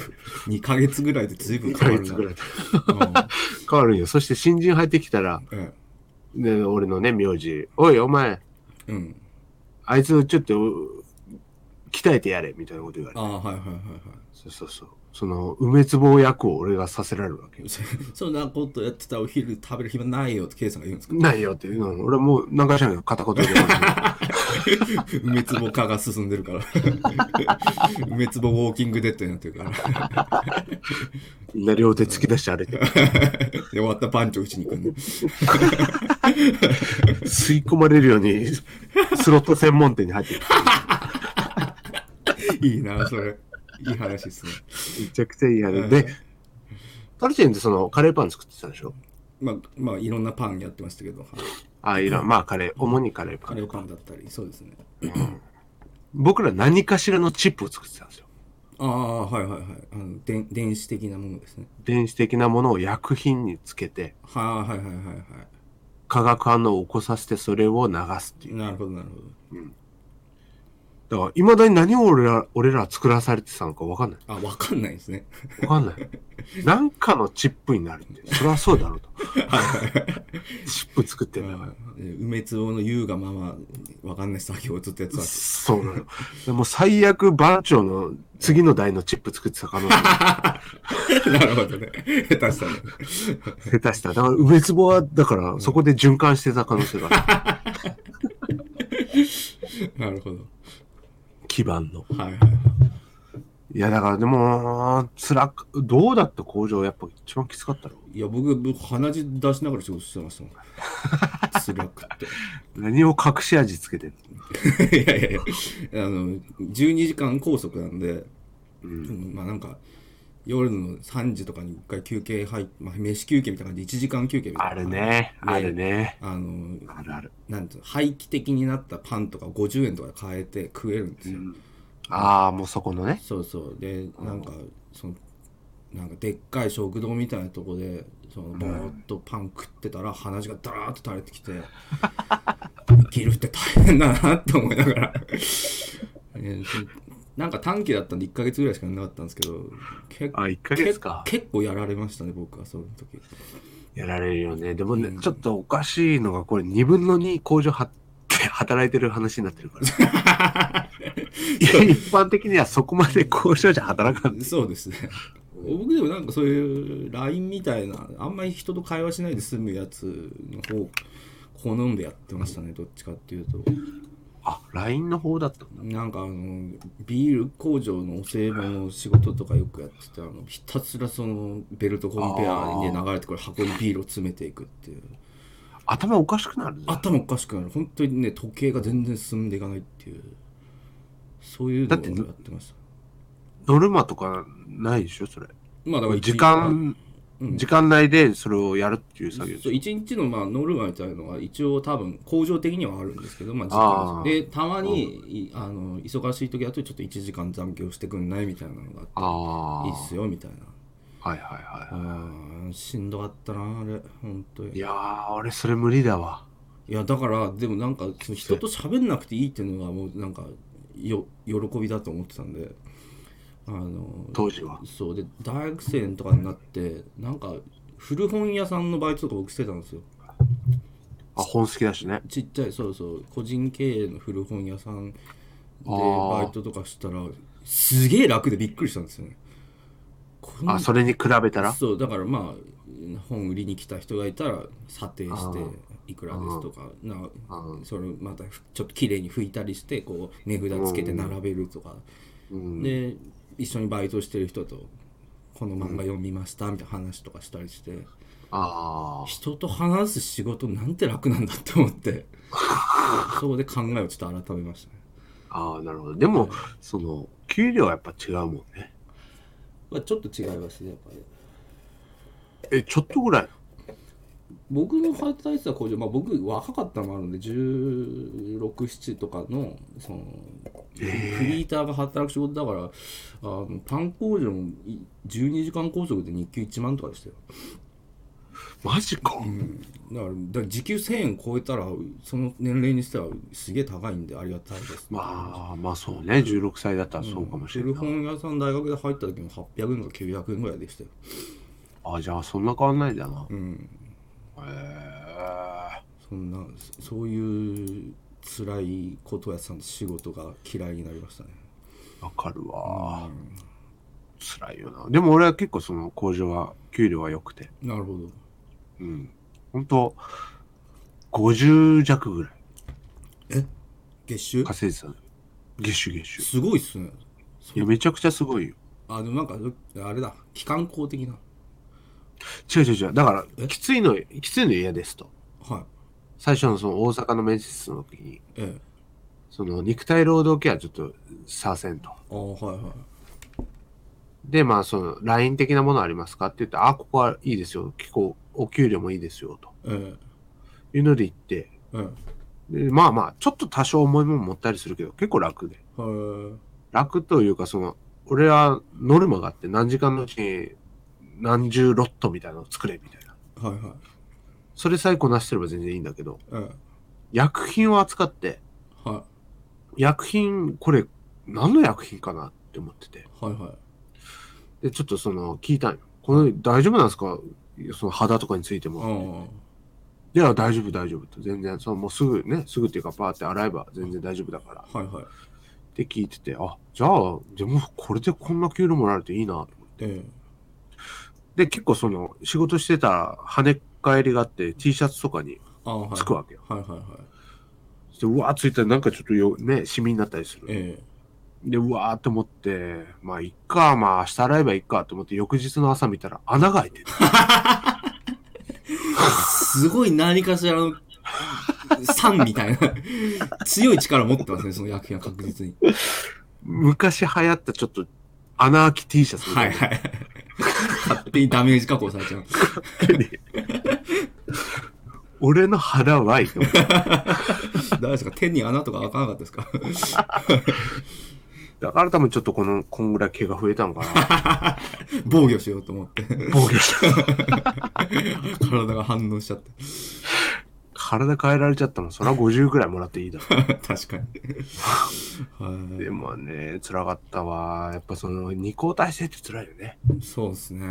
2ヶ月ぐらいで随分変わるな。 変わるんよ。そして新人入ってきたら、で俺のね名字、おいお前、あいつちょっと鍛えてやれみたいなこと言われて。そうその梅坪役を俺がさせられるわけよ。 そんなことやってたらお昼食べる暇ないよってケイさんが言うんですか。 ないよっていうの俺もう何回しないけど片言で梅坪化が進んでるから梅坪ウォーキングデッドになってるからみんな両手突き出して歩いてで終わったパンチを打ちに行くの吸い込まれるようにスロット専門店に入ってるいいなそれ。いい話ですね。 めちゃくちゃいい話で、タルチェンってカレーパン作ってたでしょ。 まあいろんなパンやってましたけど。 まあ主にカレーパン。 カレーパンだったり、そうですね。 僕ら何かしらのチップを作ってたんですよ。 電子的なものですね。 電子的なものを薬品につけて、化学反応を起こさせてそれを流すっていう。 なるほど。 だから、いまだに何を俺ら作らされてたのか分かんない。 あ、わかんないですね。 分かんない。なんかのチップになるって。そりゃそうだろうと。チップ作ってんだから。 梅壺の優がままわかんない作業をずっとやってた。 そうなの。でも最悪番長の次の代のチップ作ってた可能性なるほどね。下手したね。 下手した。だから梅壺は、だからそこで循環してた可能性がある。 なるほど。 基盤の。 はいはい。 いや、だからでも、どうだった工場やっぱ一番きつかったろ。 いや、僕鼻血出しながら仕事してましたもん。辛くって。 何を隠し味つけてんのいやいやいや、12時間拘束なんで、まあなんか、夜の3時とかに1回休憩まあ、飯休憩みたいな感じで1時間休憩みたいな。 あるね。あるね。あるある。 なんていうの、廃棄的になったパンとか50円とかで買えて食えるんですよ。 ああ、もうそこのね。 そうそう。で、なんかでっかい食堂みたいなとこで、ボーっとパン食ってたら鼻血がダラーッと垂れてきて、生きるって大変だなって思いながら。なんか短期だったんで1ヶ月ぐらいしかなかったんですけど、 1ヶ月か。 結構やられましたね、僕はその時。 やられるよね。でもね、ちょっとおかしいのが、これ2分の2工場働いてる話になってるから。一般的にはそこまで工場じゃ働かない。 そうですね。僕でもなんかそういう LINE みたいな、あんまり人と会話しないで済むやつの方を好んでやってましたね、どっちかっていうと。 あ、LINE の方だったんだ。 なんかビール工場のお歳暮の仕事とかよくやってて、ひたすらそのベルトコンベアで流れてくる箱にビールを詰めていくっていう。 頭おかしくなるね。 頭おかしくなる。本当にね、時計が全然進んでいかないっていう。そういうのをやってました。 ノルマとかないでしょ、それ。 まあだから時間内でそれをやるっていう作業。 そう、一日のまあノルマみたいなのが一応多分工場的にはあるんですけど、まあ時間でたまに忙しい時だとちょっと1時間残業してくんないみたいなのがあっていいっすよみたいな。 はいはいはい。 しんどかったなあれ本当に。 いやー、俺それ無理だわ。 いやだからでもなんかその人と喋んなくていいっていうのがもうなんか喜びだと思ってたんで。 当時はそうで大学生とかになってなんか古本屋さんのバイトとか僕してたんですよ。 本好きだしね。 ちっちゃいそう個人経営の古本屋さんでバイトとかしたらすげえ楽でびっくりしたんですよね。 それに比べたらそうだからまあ本売りに来た人がいたら査定していくらですとかそれまたちょっと綺麗に拭いたりしてこう値札つけて並べるとか、で一緒にバイトしてる人とこの漫画読みましたみたいな話とかしたりして、人と話す仕事なんて楽なんだって思ってそこで考えをちょっと改めましたね。 なるほど。でも、その給料はやっぱ違うもんね。 まあ、ちょっと違いますねやっぱり。 ちょっとぐらい僕の働いてた工場、まあ、僕若かったのもあるんで16、7とかのそのフリーターが働く仕事だからパン工場も12時間拘束で日給1万とかでしたよ。 マジか。 だから時給1000円超えたらその年齢にしてはすげえ高いんでありがたいです。 まあそうね、16歳だったらそうかもしれない。 古本屋さん大学で入った時も800円か900円ぐらいでしたよ。 じゃあそんな変わんないんだな。 そういう辛いことをやってたんで仕事が嫌いになりましたね。 わかるわ。辛いよな。でも俺は結構その工場は給料は良くて。 なるほど。 ほんと50弱ぐらい。 月収稼いでたね。月収。 すごいっすね。 いやめちゃくちゃすごいよ。 でもなんかあれだ、機関工的な。 違う。だからきついの嫌ですと。 はい。 最初のその大阪の面接の時に、その肉体労働系はちょっとさせんと。 はい。 でまあその LINE 的なものありますかって言ってここはいいですよ。結構お給料もいいですよと。いうので言って、でまあちょっと多少重いもの持ったりするけど結構楽で。楽というかその俺はノルマがあって何時間のうちに何十ロットみたいなのを作れみたいな。それさえこなしてれば全然いいんだけど、薬品を扱って、 薬品、これ、何の薬品かなって思ってて。 はいはい。 で、ちょっと聞いたんよ。これ大丈夫なんですか、その肌とかについても。いや、大丈夫、大丈夫と。全然、もうすぐっていうか、パーって洗えば全然大丈夫だから。 はいはい。 って聞いてて、あ、じゃあ、でもこれでこんな給料もらえるといいなと思って。で、結構仕事してた跳ね返りがあって、T シャツとかにつくわけよ。 はいはいはい。 で、うわーついたらなんかちょっとシミになったりする。で、うわーって思って、まあ、いっか、まあ、明日洗えばいいかと思って、翌日の朝見たら穴が開いてる。 すごい何かしらの酸みたいな強い力持ってますね、その薬品は確実に。 昔流行ったちょっと穴開き T シャツみたいな。 はいはい。勝手にダメージ加工されちゃう。 俺の肌は大丈夫ですか、手に穴とか開かなかったですか？ だから多分ちょっとこんぐらい毛が増えたのかな。 防御しようと思って。 防御した。 体が反応しちゃって。 体変えられちゃったの、そら50ぐらいもらっていいだろ。 確かに。でもね、辛かったわ。やっぱ二交代制って辛いよね。 そうですね。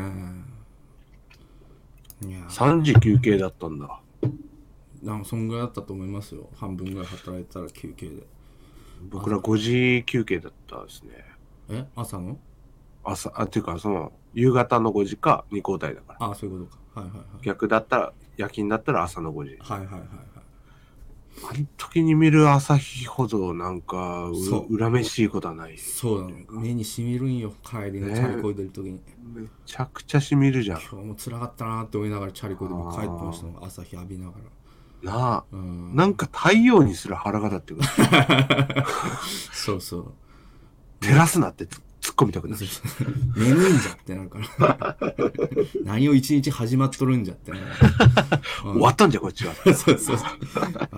いや 3時休憩だったんだ。 なんかそんぐらいだったと思いますよ。半分ぐらい働いてたら休憩で。 僕ら5時休憩だったですね。 朝の？ っていうか夕方の5時か2交代だから。 そういうことか。はいはいはい。 逆だったら、夜勤だったら朝の5時。 はいはいはいはい。 あの時に見る朝日ほどなんか恨めしいことはない。 そうなの。目にしみるんよ。帰りのチャリこいでる時に。 めちゃくちゃしみるじゃん。 今日も辛かったなって思いながらチャリこいでも帰ってましたもん。朝日浴びながら。 なあ、なんか太陽にすら腹が立ってくる。 そうそう。 照らすなって突っ込みたくなる。 眠いんじゃってなるから。何を一日始まっとるんじゃってなる。 終わったんじゃこっちは。 そうそう。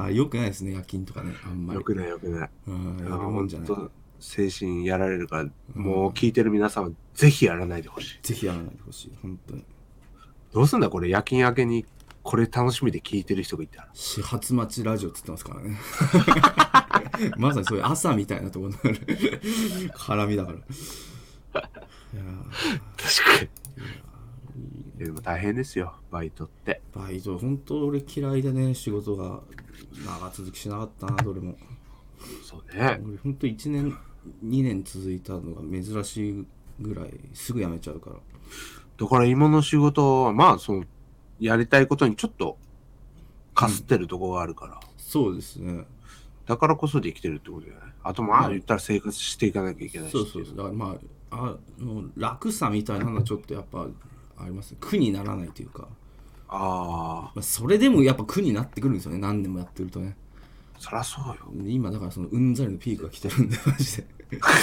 よくないですね、夜勤とかね、あんまり。 よくないよくない。 やるもんじゃない。 精神やられるから、もう聞いてる皆さんはぜひやらないでほしい。 ぜひやらないでほしい、本当に。 どうすんだこれ、夜勤明けにこれ楽しみで聞いてる人がいたら。 始発待ちラジオって言ってますからね。まさにそういう朝みたいなところの絡みだから。いや確かに。でも大変ですよ、バイトって。 バイト、本当俺嫌いでね、仕事が長続きしなかったな、どれも。 そうね。 俺本当1年、2年続いたのが珍しいぐらいすぐ辞めちゃうから。 だから今の仕事は、まあ、やりたいことにちょっとかすってるとこがあるから、 そうですね。 だからこそできてるってことじゃない。あとまあ言ったら生活していかなきゃいけないし。 そうだからまあ楽さみたいなのはちょっとやっぱありますね。苦にならないというか。まあ、それでもやっぱ苦になってくるんですよね。何年もやってるとね。 そりゃそうよ。 今だからうんざりのピークが来てるんでマジで。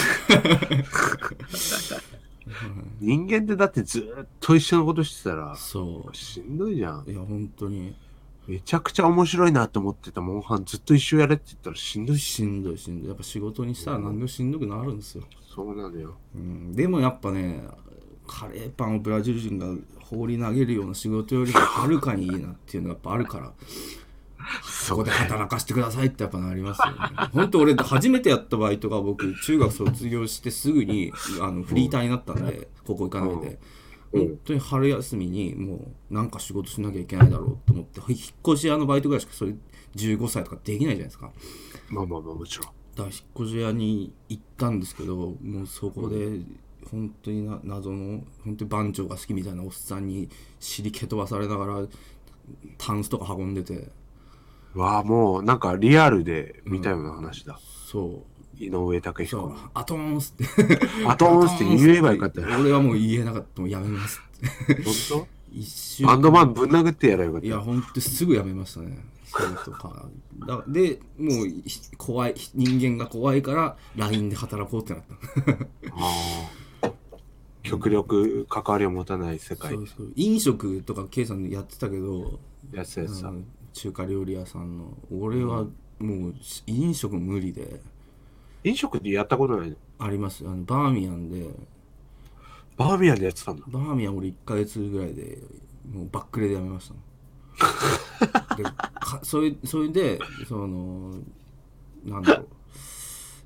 人間ってだってずっと一緒のことしてたらそうしんどいじゃん。 いや本当にめちゃくちゃ面白いなって思ってたモンハンずっと一緒やれって言ったらしんどいしんどいやっぱ仕事にしたら何でもしんどくなるんですよ。 そうなのよ、 でもやっぱねカレーパンをブラジル人が放り投げるような仕事よりもはるかにいいなっていうのがやっぱあるからそこで働かせてくださいってやっぱなりますよね。本当俺初めてやったバイトが僕中学卒業してすぐにフリーターになったんで高校行かないで、本当に春休みにもうなんか仕事しなきゃいけないだろうと思って引っ越し屋のバイトぐらいしかそれ15歳とかできないじゃないですか。 まあもちろん。 だから引っ越し屋に行ったんですけどもうそこで本当に謎の本当に番長が好きみたいなおっさんに尻蹴飛ばされながらタンスとか運んでて。 わあもうなんかリアルで見たような話だ。 そう井上武彦がアトーンスってアトーンスって言えばよかったよ。 俺はもう言えなかった。もうやめますって本当一瞬バンドマンぶん殴ってやればよかった。 いや本当すぐやめましたね。そうとかでもう怖い人間が怖いから LINE で働こうってなった極力関わりを持たない世界。 そう飲食とか K さんやってたけどやってたさ中華料理屋さんの俺はもう飲食無理で。 飲食でやったことないの？ あります。バーミヤンで。 バーミヤンでやってたんだ。 バーミヤン俺1ヶ月ぐらいでもうバックレでやめましたでそれでなんだろう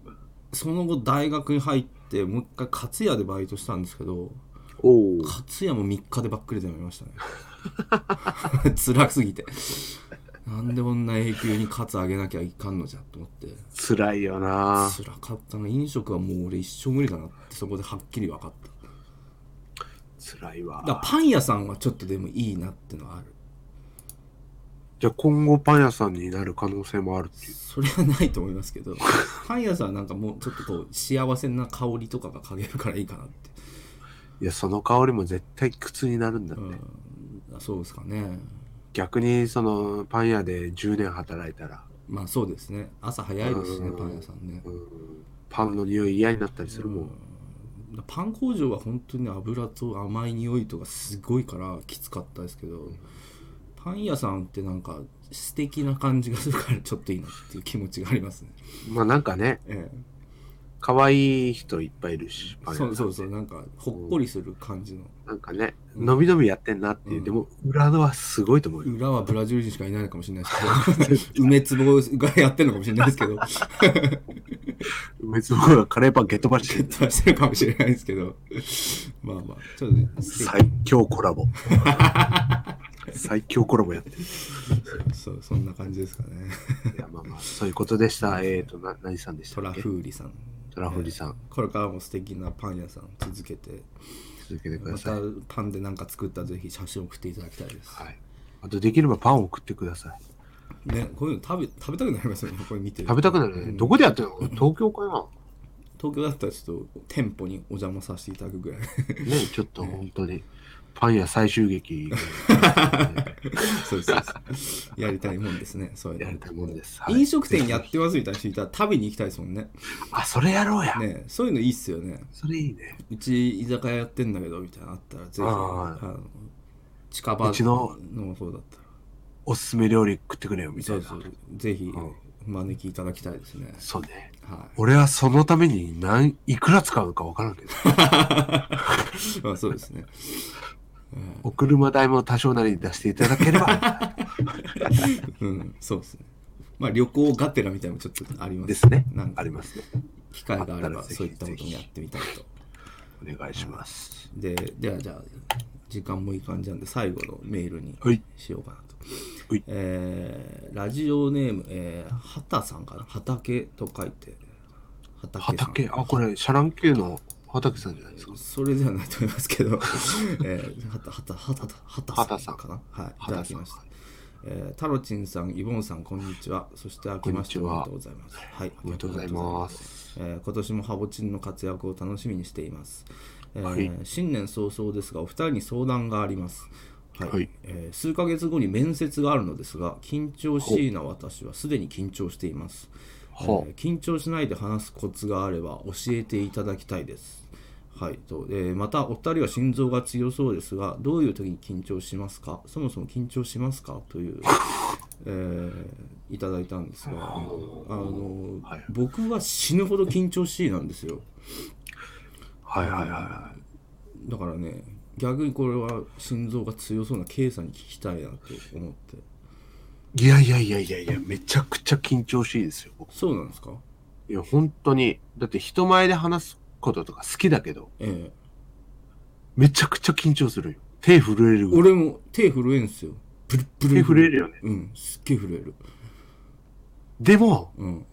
その後大学に入ってもう一回勝屋でバイトしたんですけど、 おお。 勝屋も3日でばっくりでやめましたね辛すぎて、なんでこんな永久にカツあげなきゃいかんのじゃと思って。 辛いよな。 辛かったな。飲食はもう俺一生無理だなってそこではっきり分かった。 辛いわ。 だからパン屋さんはちょっとでもいいなってのはある。 じゃあ今後パン屋さんになる可能性もあるっていう。 それはないと思いますけどパン屋さんはなんかもうちょっとこう幸せな香りとかが嗅げるからいいかなって。 いや、その香りも絶対苦痛になるんだって。 そうですかね。 逆にそのパン屋で10年働いたら、 まあそうですね。朝早いですしね、パン屋さんね。 パンの匂い嫌になったりするもん。 パン工場は本当に油と甘い匂いとかすごいからきつかったですけど、パン屋さんってなんか素敵な感じがするからちょっといいなっていう気持ちがありますね。 まあなんかね、可愛い人いっぱいいるし、パン屋さん。 そうなんかほっこりする感じの。 なんかね、のびのびやってんなっていう、でも裏のはすごいと思うよ。 裏はブラジル人しかいないのかもしれないですけど梅壺がやってるのかもしれないですけど梅壺がカレーパンゲットバしてるかもしれないですけどまあちょっと最強コラボ最強コラボやってる。 そんな感じですかね。 いやまあそういうことでした。何さんでしたっけ？ トラフーリさん。 トラフーリさん。 これからも素敵なパン屋さん続けてください。 またパンで何か作ったらぜひ写真を送っていただきたいです。 はい。あとできればパンを送ってください。 ね、こういうの食べたくなりますよね。これ見てる。 食べたくなるね。どこでやってるの？東京かな？ 東京だったらちょっと店舗にお邪魔させていただくぐらい。ね、 ちょっと本当に。パン屋最終劇そうやりたいもんですね。そういうのやりたいもんです、 はい、飲食店やってますみたいな人いたら食べに行きたいですもんね。 あ、それやろうやね。そういうのいいっすよね。 それいいね。 うち居酒屋やってんだけどみたいなのあったらぜひ近場のそうだったらおすすめ料理食ってくれよみたいな。 そうぜひ招きいただきたいですね。 そうね。 はい、 俺はそのためにいくら使うのか分からんけど。 まあそうですね。 お車代も多少なりに出していただければそうですね。まあ旅行がてらみたいなのもちょっとありますですね。ありますね。 機会があればそういったこともやってみたいとお願いします。 ではじゃあ時間もいい感じなんで最後のメールにしようかなと。ラジオネーム、畑さんかな。畑と書いて畑。あ、これシャラン系の畑さんじゃないですか。 それではないと思いますけど畑さんかな。はい、いただきました。タロチンさん、イボンさん、こんにちは。そして明けましておめでとうございます。はい、 ありがとうございます。 今年もハボチンの活躍を楽しみにしています。 はい、 新年早々ですがお二人に相談があります。はいはい。 数ヶ月後に面接があるのですが緊張しいな私はすでに緊張しています。緊張しないで話すコツがあれば教えていただきたいです。はい、またお二人は心臓が強そうですがどういう時に緊張しますか？そもそも緊張しますか？という、いただいたんですが、僕は死ぬほど緊張しいなんですよ。だからね逆にこれは心臓が強そうな K さんに聞きたいなと思って。 いやめちゃくちゃ緊張しいですよ。 そうなんですか？ いや本当にだって人前で話すこととか好きだけど、めちゃくちゃ緊張するよ。手震えるぐらい。 俺も手震えんすよ。 手震えるよね。 すっげえ震える。 でも、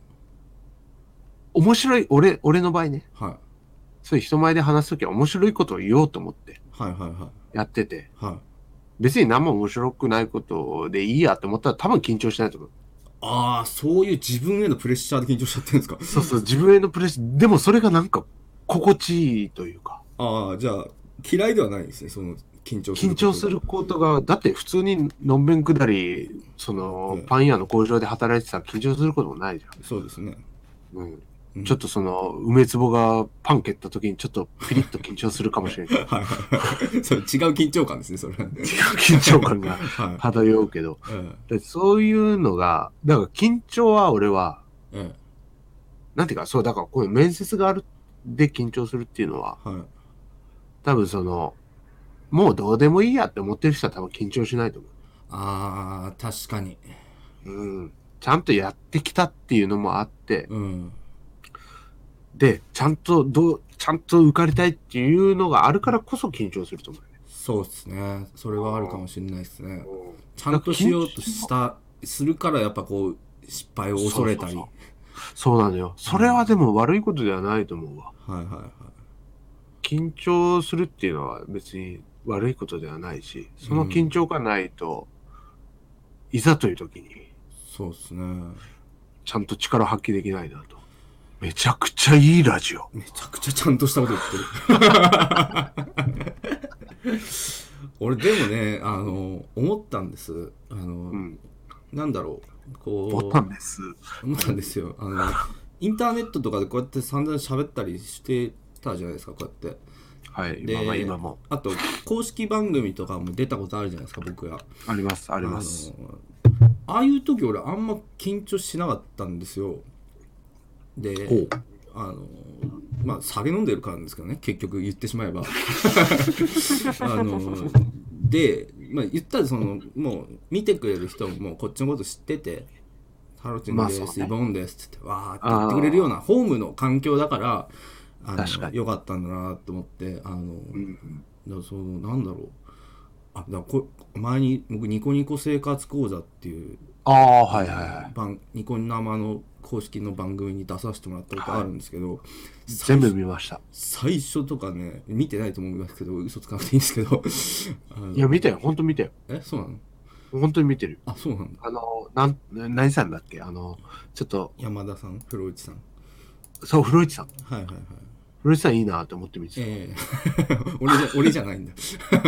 面白い俺の場合ね。 はい。 そういう人前で話すときは面白いことを言おうと思ってやってて、別に何も面白くないことでいいやって思ったら多分緊張しないと思う。 ああ、そういう自分へのプレッシャーで緊張しちゃってるんですか？ そう自分へのプレッシャー。でもそれがなんか心地いいというか。 ああ、じゃあ嫌いではないですね。その緊張することがだって普通にのんべんくだりパン屋の工場で働いてたら緊張することもないじゃん。 そうですね。 ちょっと梅壺がパン蹴った時にちょっとピリッと緊張するかもしれない。 それ違う緊張感ですね。それ違う緊張感が漂うけど、そういうのがだから緊張は俺は、なんていうかそうだからこういう面接があるで緊張するっていうのは、多分もうどうでもいいやって思ってる人は多分緊張しないと思う。 ああ、確かに。 ちゃんとやってきたっていうのもあって、 で、ちゃんと受かりたいっていうのがあるからこそ緊張すると思うね。 そうですね。それはあるかもしれないですね。 うんちゃんとしようとするからやっぱこう失敗を恐れたり。 そうなのよ。それはでも悪いことではないと思うわ。 はいはいはい。 緊張するっていうのは別に悪いことではないし、その緊張がないと、いざという時にそうですね。 ちゃんと力を発揮できないなと。めちゃくちゃいいラジオ。 めちゃくちゃちゃんとしたこと言ってる。俺でもね、思ったんです。なんだろう、こう思ったんですよ。インターネットとかでこうやって散々喋ったりしてたじゃないですか、こうやって。 はい、 で今もあと公式番組とかも出たことあるじゃないですか、僕ら。 ありますあります。 ああいう時俺あんま緊張しなかったんですよ。で、まあ酒飲んでるからなんですけどね、結局言ってしまえば。で、まあ言ったらもう見てくれる人ももうこっちのこと知ってて、ハロチンです、イボンですってわーって言ってくれるようなホームの環境だからよかったんだなと思って、なんだろう、前に僕ニコニコ生活講座っていうニコ生の公式の番組に出させてもらったことあるんですけど、 全部見ました。 最初とかね、見てないと思いますけど、嘘つかなくていいんですけどいや見たよ、本当見たよ。 そうなの？ 本当に見てる。 あ、そうなんだ。 何さんだっけ、ちょっと山田さん、風呂内さん。 そう、風呂内さん。 はいはいはい。 風呂内さんいいなと思って見てた。俺じゃないんだ。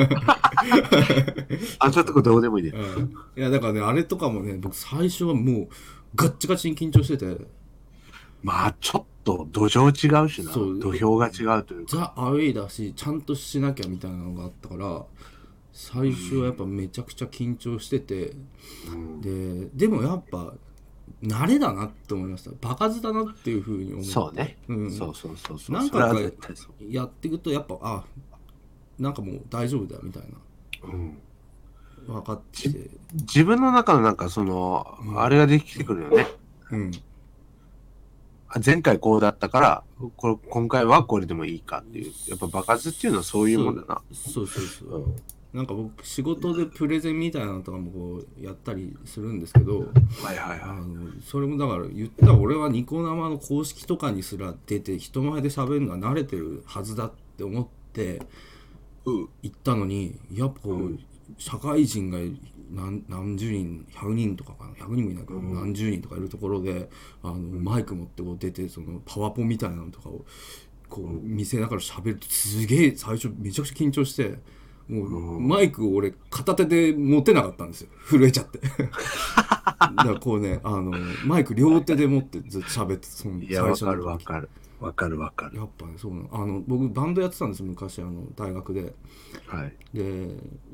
あんたとこどうでもいいね。 いやだからね、あれとかもね、僕最初はもうガッチガチに緊張してて。 まあちょっと土壌違うしな。土俵が違うというか。 ザ・アウェイだし、ちゃんとしなきゃみたいなのがあったから、最初はやっぱめちゃくちゃ緊張してて、でもやっぱ慣れだなって思いました。場数だなっていうふうに思って。 そうね。そうなんかやっていくとやっぱなんかもう大丈夫だよみたいな、分かって自分の中のなんかあれができてくるよね。前回こうだったから今回はこれでもいいかっていう、やっぱ場数っていうのはそういうもんだな。 そう、なんか僕仕事でプレゼンみたいなのとかもこうやったりするんですけど、それもだから言ったら俺はニコ生の公式とかにすら出て人前で喋るのは慣れてるはずだって思って行ったのに、やっぱこう社会人が何十人100人とかかな、100人もいないから何十人とかいるところでマイク持ってこう出てパワポみたいなのとかをこう見せながら喋るとすげえ最初めちゃくちゃ緊張して、もうマイクを俺片手で持てなかったんですよ、震えちゃってだからこうねマイク両手で持ってずっと喋って、 いや、わかるわかるやっぱね、そうなの。僕バンドやってたんですよ昔、大学で。で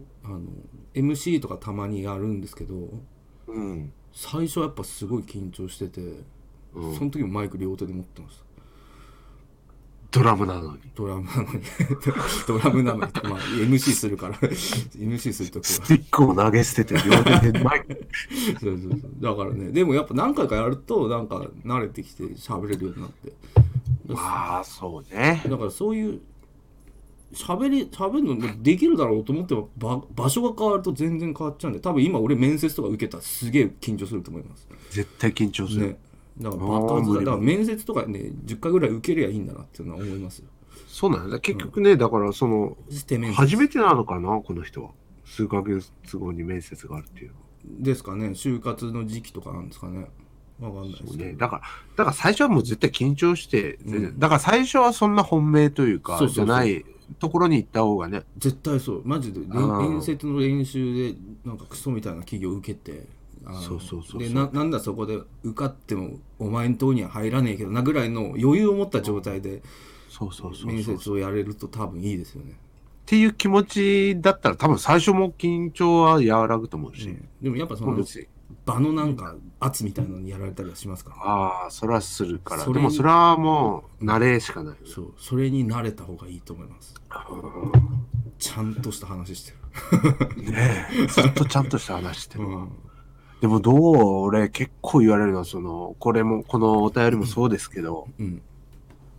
MC とかたまにやるんですけど、最初はやっぱすごい緊張してて、その時もマイク両手で持ってました。 ドラムなのにドラムなのにまあ MC するからMC するときはスティックを投げ捨てて両手でマイクそうだからね、でもやっぱ何回かやるとなんか慣れてきて喋れるようになって、 まあそうね。 だからそういう喋るのできるだろうと思っても場所が変わると全然変わっちゃうんで、多分今俺面接とか受けたらすげえ緊張すると思います。 絶対緊張する、 ね、だからだから面接とかね10回ぐらい受けりゃいいんだなっていうのは思いますよ。 そうなんだ。結局ね、だから初めてなのかな、この人は。数ヶ月後に面接があるっていうのですかね。就活の時期とかなんですかね。わかんないですけど、 ね、だから最初はもう絶対緊張して、だから最初はそんな本命というかじゃないところに行った方がね、 絶対そう。マジで面接の練習でなんかクソみたいな企業受けて、でなんだそこで受かってもお前んとこには入らねえけどなぐらいの余裕を持った状態で面接をやれると多分いいですよねっていう気持ちだったら、多分最初も緊張は和らぐと思うし、 でもやっぱ場のなんか圧みたいなのにやられたりはしますから、 ああそれはするから。でもそれはもう慣れしかない、 それに慣れた方がいいと思います。ちゃんとした話してるねえ、ずっとちゃんとした話してる、でも俺結構言われるのはこのお便りもそうですけど、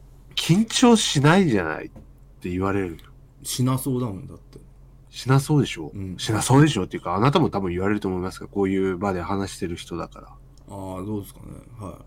緊張しないじゃないって言われる。 しなそうだもんだって。 しなそうでしょ、 うん、 しなそうでしょっていうか、あなたも多分言われると思いますが、こういう場で話してる人だから。 ああ、どうですかね。はい。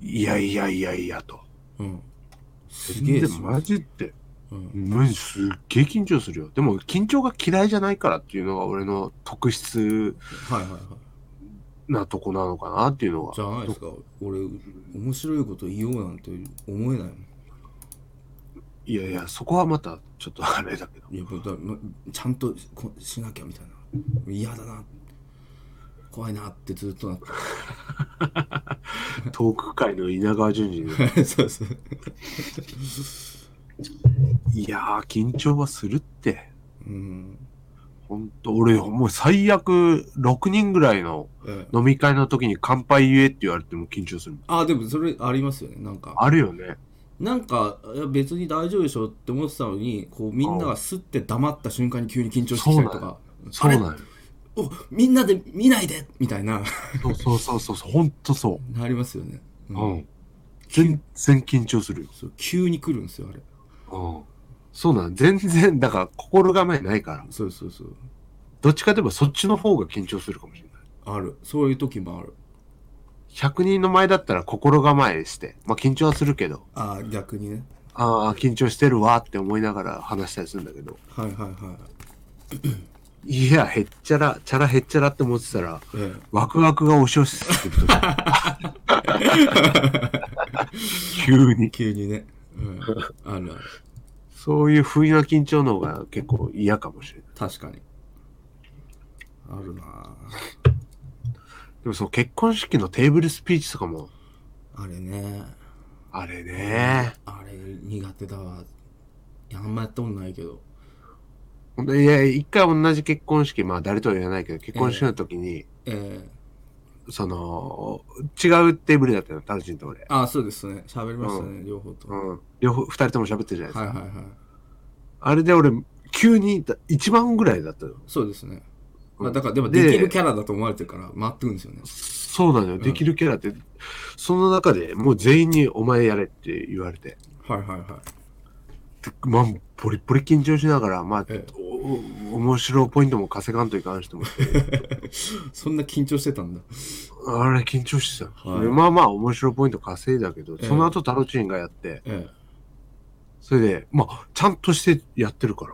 いやいやいやいやと。 うん。すげえ全然マジって。 うん、 すっげえ緊張するよ。でも緊張が嫌いじゃないからっていうのが俺の特質なとこなのかなっていうのが。 じゃないですか。俺、面白いこと言おうなんて思えないもん。 いやいや、そこはまたちょっとあれだけど。 いや、ちゃんとしなきゃみたいな。嫌だな。怖いなってずっとなって。 トーク界の稲川淳二ね。そうそう。 いやー、緊張はするって。 うん。 ほんと、俺、もう最悪6人ぐらいの飲み会の時に乾杯言えって言われても緊張する。 あ、でもそれありますよね。なんか。 あるよね。 なんか別に大丈夫でしょって思ってたのに、こうみんながスッて黙った瞬間に急に緊張してきたりとか。 そうなのよ。 お、みんなで見ないでみたいな。 そう、ほんとそう。 なりますよね。 うん。全然緊張するよ。 そう、急に来るんですよ、あれ。 うん。そうなの。全然、だから心構えないから。 そうそうそう。 どっちかといえばそっちの方が緊張するかもしれない。 ある。そういう時もある。 100人の前だったら心構えして、まあ緊張はするけど。 ああ、逆にね。 ああ、緊張してるわって思いながら話したりするんだけど。 はいはいはい。 いや、へっちゃら、チャラへっちゃらって思ってたら、ワクワクが押し寄せてくると急にね。うん。あるある。 そういう不意な緊張の方が結構嫌かもしれない。 確かに。あるなぁ。 でもその結婚式のテーブルスピーチとかも。 あれね。 あれね。 あれ苦手だわ。あんまやったことないけど。 いや、一回同じ結婚式、まあ誰とは言わないけど、結婚式の時に、その、違うテーブルだったの、タルチンと俺。 あ、そうですね。喋りましたね、両方と。 うん。両方、二人とも喋ってるじゃないですか。 はいはいはい。 あれで俺、急に一番ぐらいだったの。 そうですね。まあだからでもできるキャラだと思われてるから回ってくるんですよね。 そうなのよ。できるキャラって、その中でもう全員にお前やれって言われて。 はいはいはい。 まあ、ポリポリ緊張しながら、まあ、面白いポイントも稼がんといかんしと思って。 そんな緊張してたんだ。 あれ緊張してた。はい、まあまあ面白いポイント稼いだけど、その後タロチンがやって、それで、まあ、ちゃんとしてやってるから。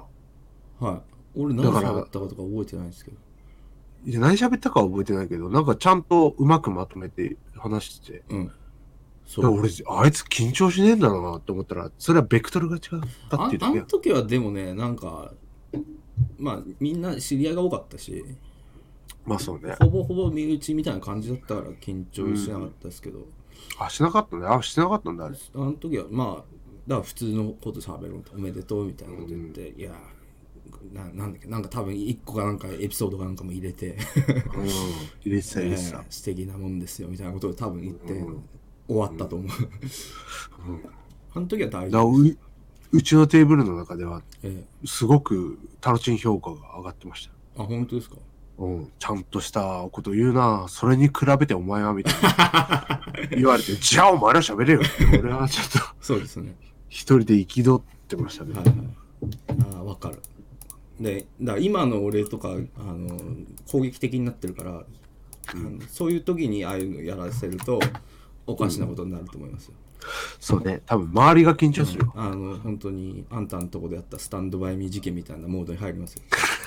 はい。俺何喋ったかとか覚えてないんですけど。 いや、何喋ったかは覚えてないけど、なんかちゃんとうまくまとめて話してて。うん。そう。俺、あいつ緊張しねえんだろうなって思ったら、それはベクトルが違ったっていうあの時はでもね、なんか、まあ、みんな知り合いが多かったし、 まあそうね。 ほぼほぼ身内みたいな感じだったから緊張しなかったですけど。 あ、しなかったね。あ、してなかったんだ、あれ。 あの時は、まあ、だから普通のこと喋るのおめでとうみたいなこと言って、いや、なんだっけ、なんか多分一個かなんかエピソードかなんかも入れて、 入れてた入れてた、 素敵なもんですよみたいなことを多分言って、終わったと思う。あの時は大丈夫です。 うちのテーブルの中では、すごくタロチン評価が上がってました。 あ、本当ですか？ うん、ちゃんとしたこと言うな。それに比べてお前はみたいな言われて、じゃあお前ら喋れよって俺はちょっとそうですね。 一人で憤ってましたね。はいはい、 ああ、わかる。で、だから今の俺とか攻撃的になってるから、そういう時にああいうのやらせるとおかしなことになると思いますよ。 そうね、多分周りが緊張するよ。 本当にあんたのとこでやったスタンドバイミー事件みたいなモードに入りますよ。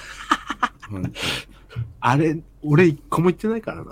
あれ、俺一個も言ってないからな。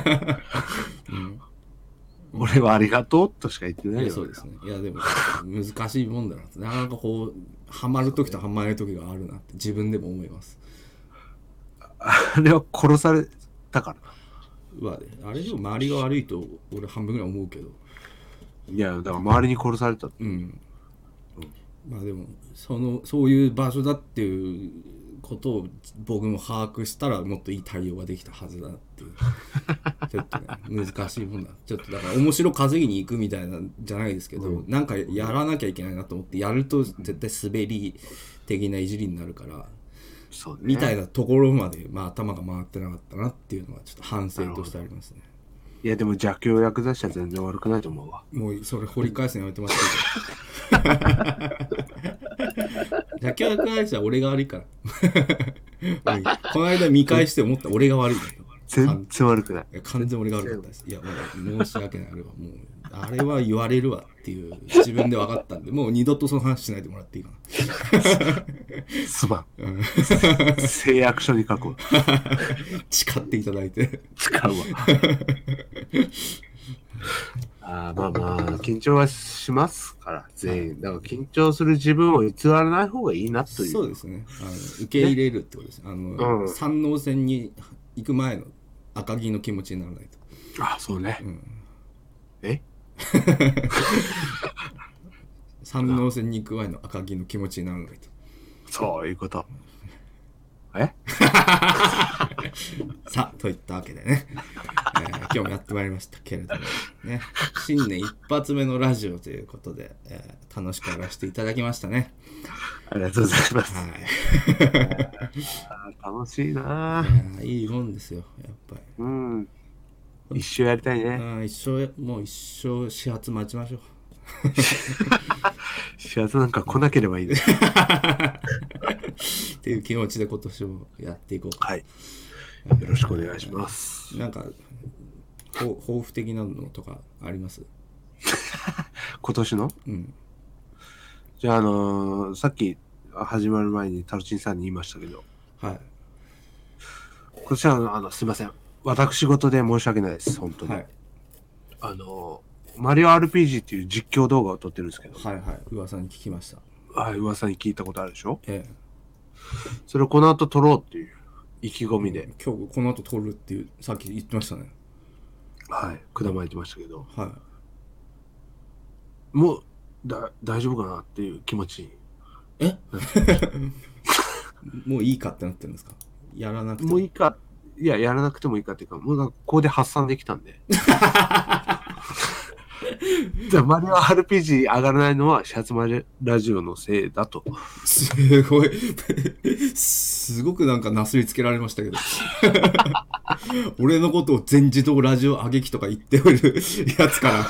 俺はありがとうとしか言ってないよ。 そうですね。いやでも難しいもんだな。なかなかこうハマる時とハマる時があるなって自分でも思います。 あれは殺されたからな。あれでも周りが悪いと俺半分ぐらい思うけど。 いやだから周りに殺された。 まあでもそういう場所だっていうことを僕も把握したらもっといい対応ができたはずだっていうちょっとね難しいもんだ。ちょっとだから面白稼ぎに行くみたいなんじゃないですけど、なんかやらなきゃいけないなと思ってやると絶対滑り的ないじりになるから、みたいなところまで、まあ、頭が回ってなかったなっていうのはちょっと反省としてありますね。 いやでも邪気を役立ちは全然悪くないと思うわ。 もうそれ掘り返すのやめてもらっていい邪気を役立ちは俺が悪いからこの間見返して思った俺が悪いんだよ。 全然悪くない。 完全に俺が悪かったです。いや、もう申し訳ない。あれはもう、あれは言われるわっていう自分で分かったんで、もう二度とその話しないでもらっていいかな。 すまん。誓約書に書くわ。 誓っていただいて。 使うわ。まあまあ、緊張はしますから、全員。だから緊張する自分を偽らない方がいいなという。 そうですね。受け入れるってことです。山王戦に行く前の赤城の気持ちにならないと。 あ、そうね。 山王戦に行く前の赤城の気持ちにならないと。 そういうこと。 さあ、といったわけでね、今日もやってまいりましたけれどもね、新年一発目のラジオということで、楽しくやらせていただきましたね。 ありがとうございます。 はい、 楽しいな。 いいもんですよ、やっぱり。 うん。一生やりたいね。 もう一生始発待ちましょう。 始発なんか来なければいいね。 っていう気持ちで今年もやっていこうか。 はい。よろしくお願いします。 なんか抱負的なのとかあります？ 今年の？ うん。 じゃあさっき始まる前にタルチンさんに言いましたけど、 はい。 今年はすいません。私事で申し訳ないです。本当に。はい。マリオ RPG っていう実況動画を撮ってるんですけど。 はいはい。噂に聞きました。 はい、噂に聞いたことあるでしょ？ ええ。 それをこの後撮ろうっていう意気込みで。 今日この後撮るっていうさっき言ってましたね。 はい、くだまいてましたけど。 はい。 もう大丈夫かなっていう気持ち。 もういいかってなってるんですか？やらなくても。 もういいか。いや、やらなくてもいいかっていうか、もうここで発散できたんで。じゃあ、マリオ RPG 上がらないのは、シャツマリラジオのせいだと。 すごい。すごくなんかなすりつけられましたけど。俺のことを全自動ラジオ上げ機とか言っておるやつから、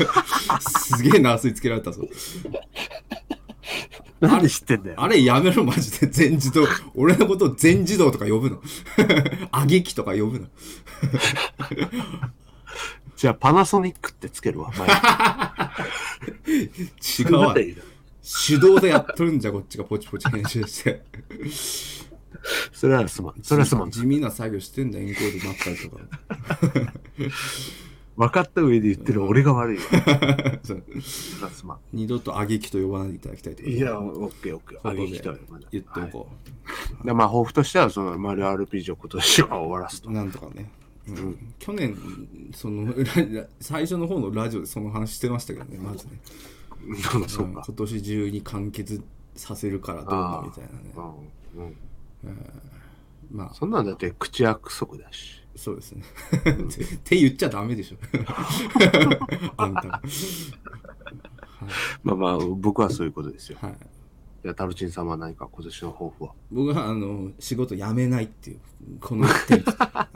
すげえなすりつけられたぞ。 なんで知ってんだよ。 あれやめろマジで。全自動。俺のことを全自動とか呼ぶの。上げ機とか呼ぶの。 じゃあパナソニックってつけるわ。 違うわ。手動でやっとるんじゃ、こっちがポチポチ編集して。 それはすまん。それはすまん。 地味な作業してんだよ、エンコード待ったりとか。 分かった上で言ってる俺が悪いわ。それはすまん。 二度と上げ機と呼ばないでいただきたいと思います。 いや、オッケーオッケー。上げ機と言っておこう。はい、まあ、抱負としては、そのマリオ RPG を今年は終わらすと。 なんとかね。去年最初の方のラジオでその話してましたけどね、まずね。 そうか。 今年中に完結させるからどうのみたいなね。 まあそんなんだって口約束だし。 そうですね。って言っちゃダメでしょ。あんたが。 まあまあ僕はそういうことですよ。 はい。 じゃあタルチンさんは何か今年の抱負は？ 僕は仕事辞めないっていうこの一点。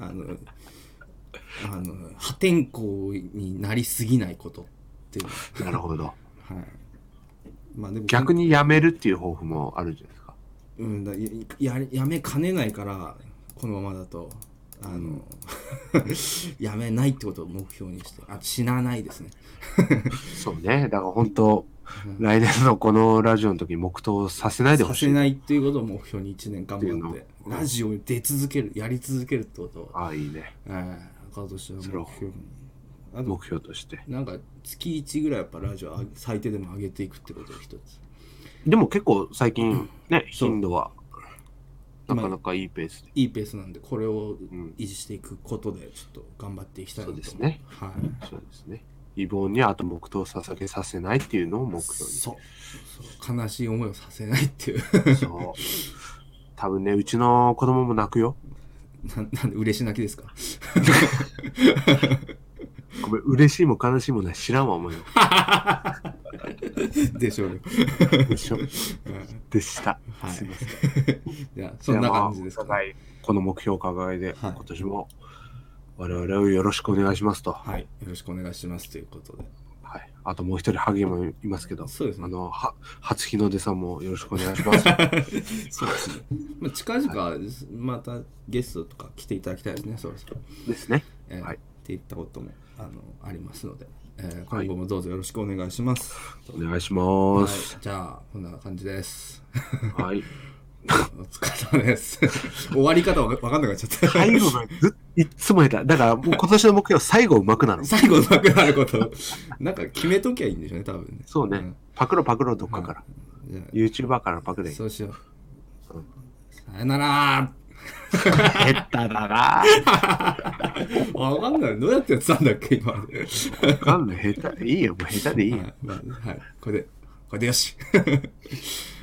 破天荒になりすぎないことっていう。 なるほど。 はい。まあでも逆に辞めるっていう抱負もあるじゃないですか。 辞めかねないからこのままだと辞めないってことを目標にして死なないですね。 そうね。だから本当、来年のこのラジオの時に黙祷させないでほしい。 させないっていうことを目標に1年頑張ってラジオに出続ける、やり続けるってことを。 ああいいね。 今年は目標に。 目標としてなんか月1ぐらいやっぱラジオ最低でも上げていくってことが一つ。 でも結構最近ね、頻度はなかなかいいペースで、 いいペースなんで、これを維持していくことでちょっと頑張っていきたいなと。 そうですね。 はい。 そうですね。異凡にあと黙祷を捧げさせないっていうのを目標に。 そう悲しい思いをさせないっていう。 そう。多分ね、うちの子供も泣くよ。 なんで嬉し泣きですか？ ごめん、嬉しいも悲しいもね、知らんわ、思うよ。 でしょうよ。 でしょ。でした。 はい。 すいません。 じゃあ、そんな感じですか、 ね。この目標を掲げて、今年も我々をよろしくお願いしますと。 はい、よろしくお願いしますということで。 はい。あともう一人ハゲもいますけど、 そうですね。 初日の出さんもよろしくお願いします。 そうですね。まあ、近々、またゲストとか来ていただきたいですね、そろそろ。 ですね。はい。 っていったこともありますので、今後もどうぞよろしくお願いします。 お願いします。 はい、じゃあ、こんな感じです。 はい。 お疲れ様です。終わり方わかんなくなっちゃった。 最後がいつも下手。だからもう今年の目標、最後上手くなる。 最後上手くなること。なんか決めときゃいいんでしょうね、多分ね。 そうね。パクろどっかから。YouTuber からパクれ。 そうしよう。さよなら下手だなわかんない。どうやってやってたんだっけ、今まで。 わかんない。下手。いいよ、もう下手でいいよ。 はい。これでよし。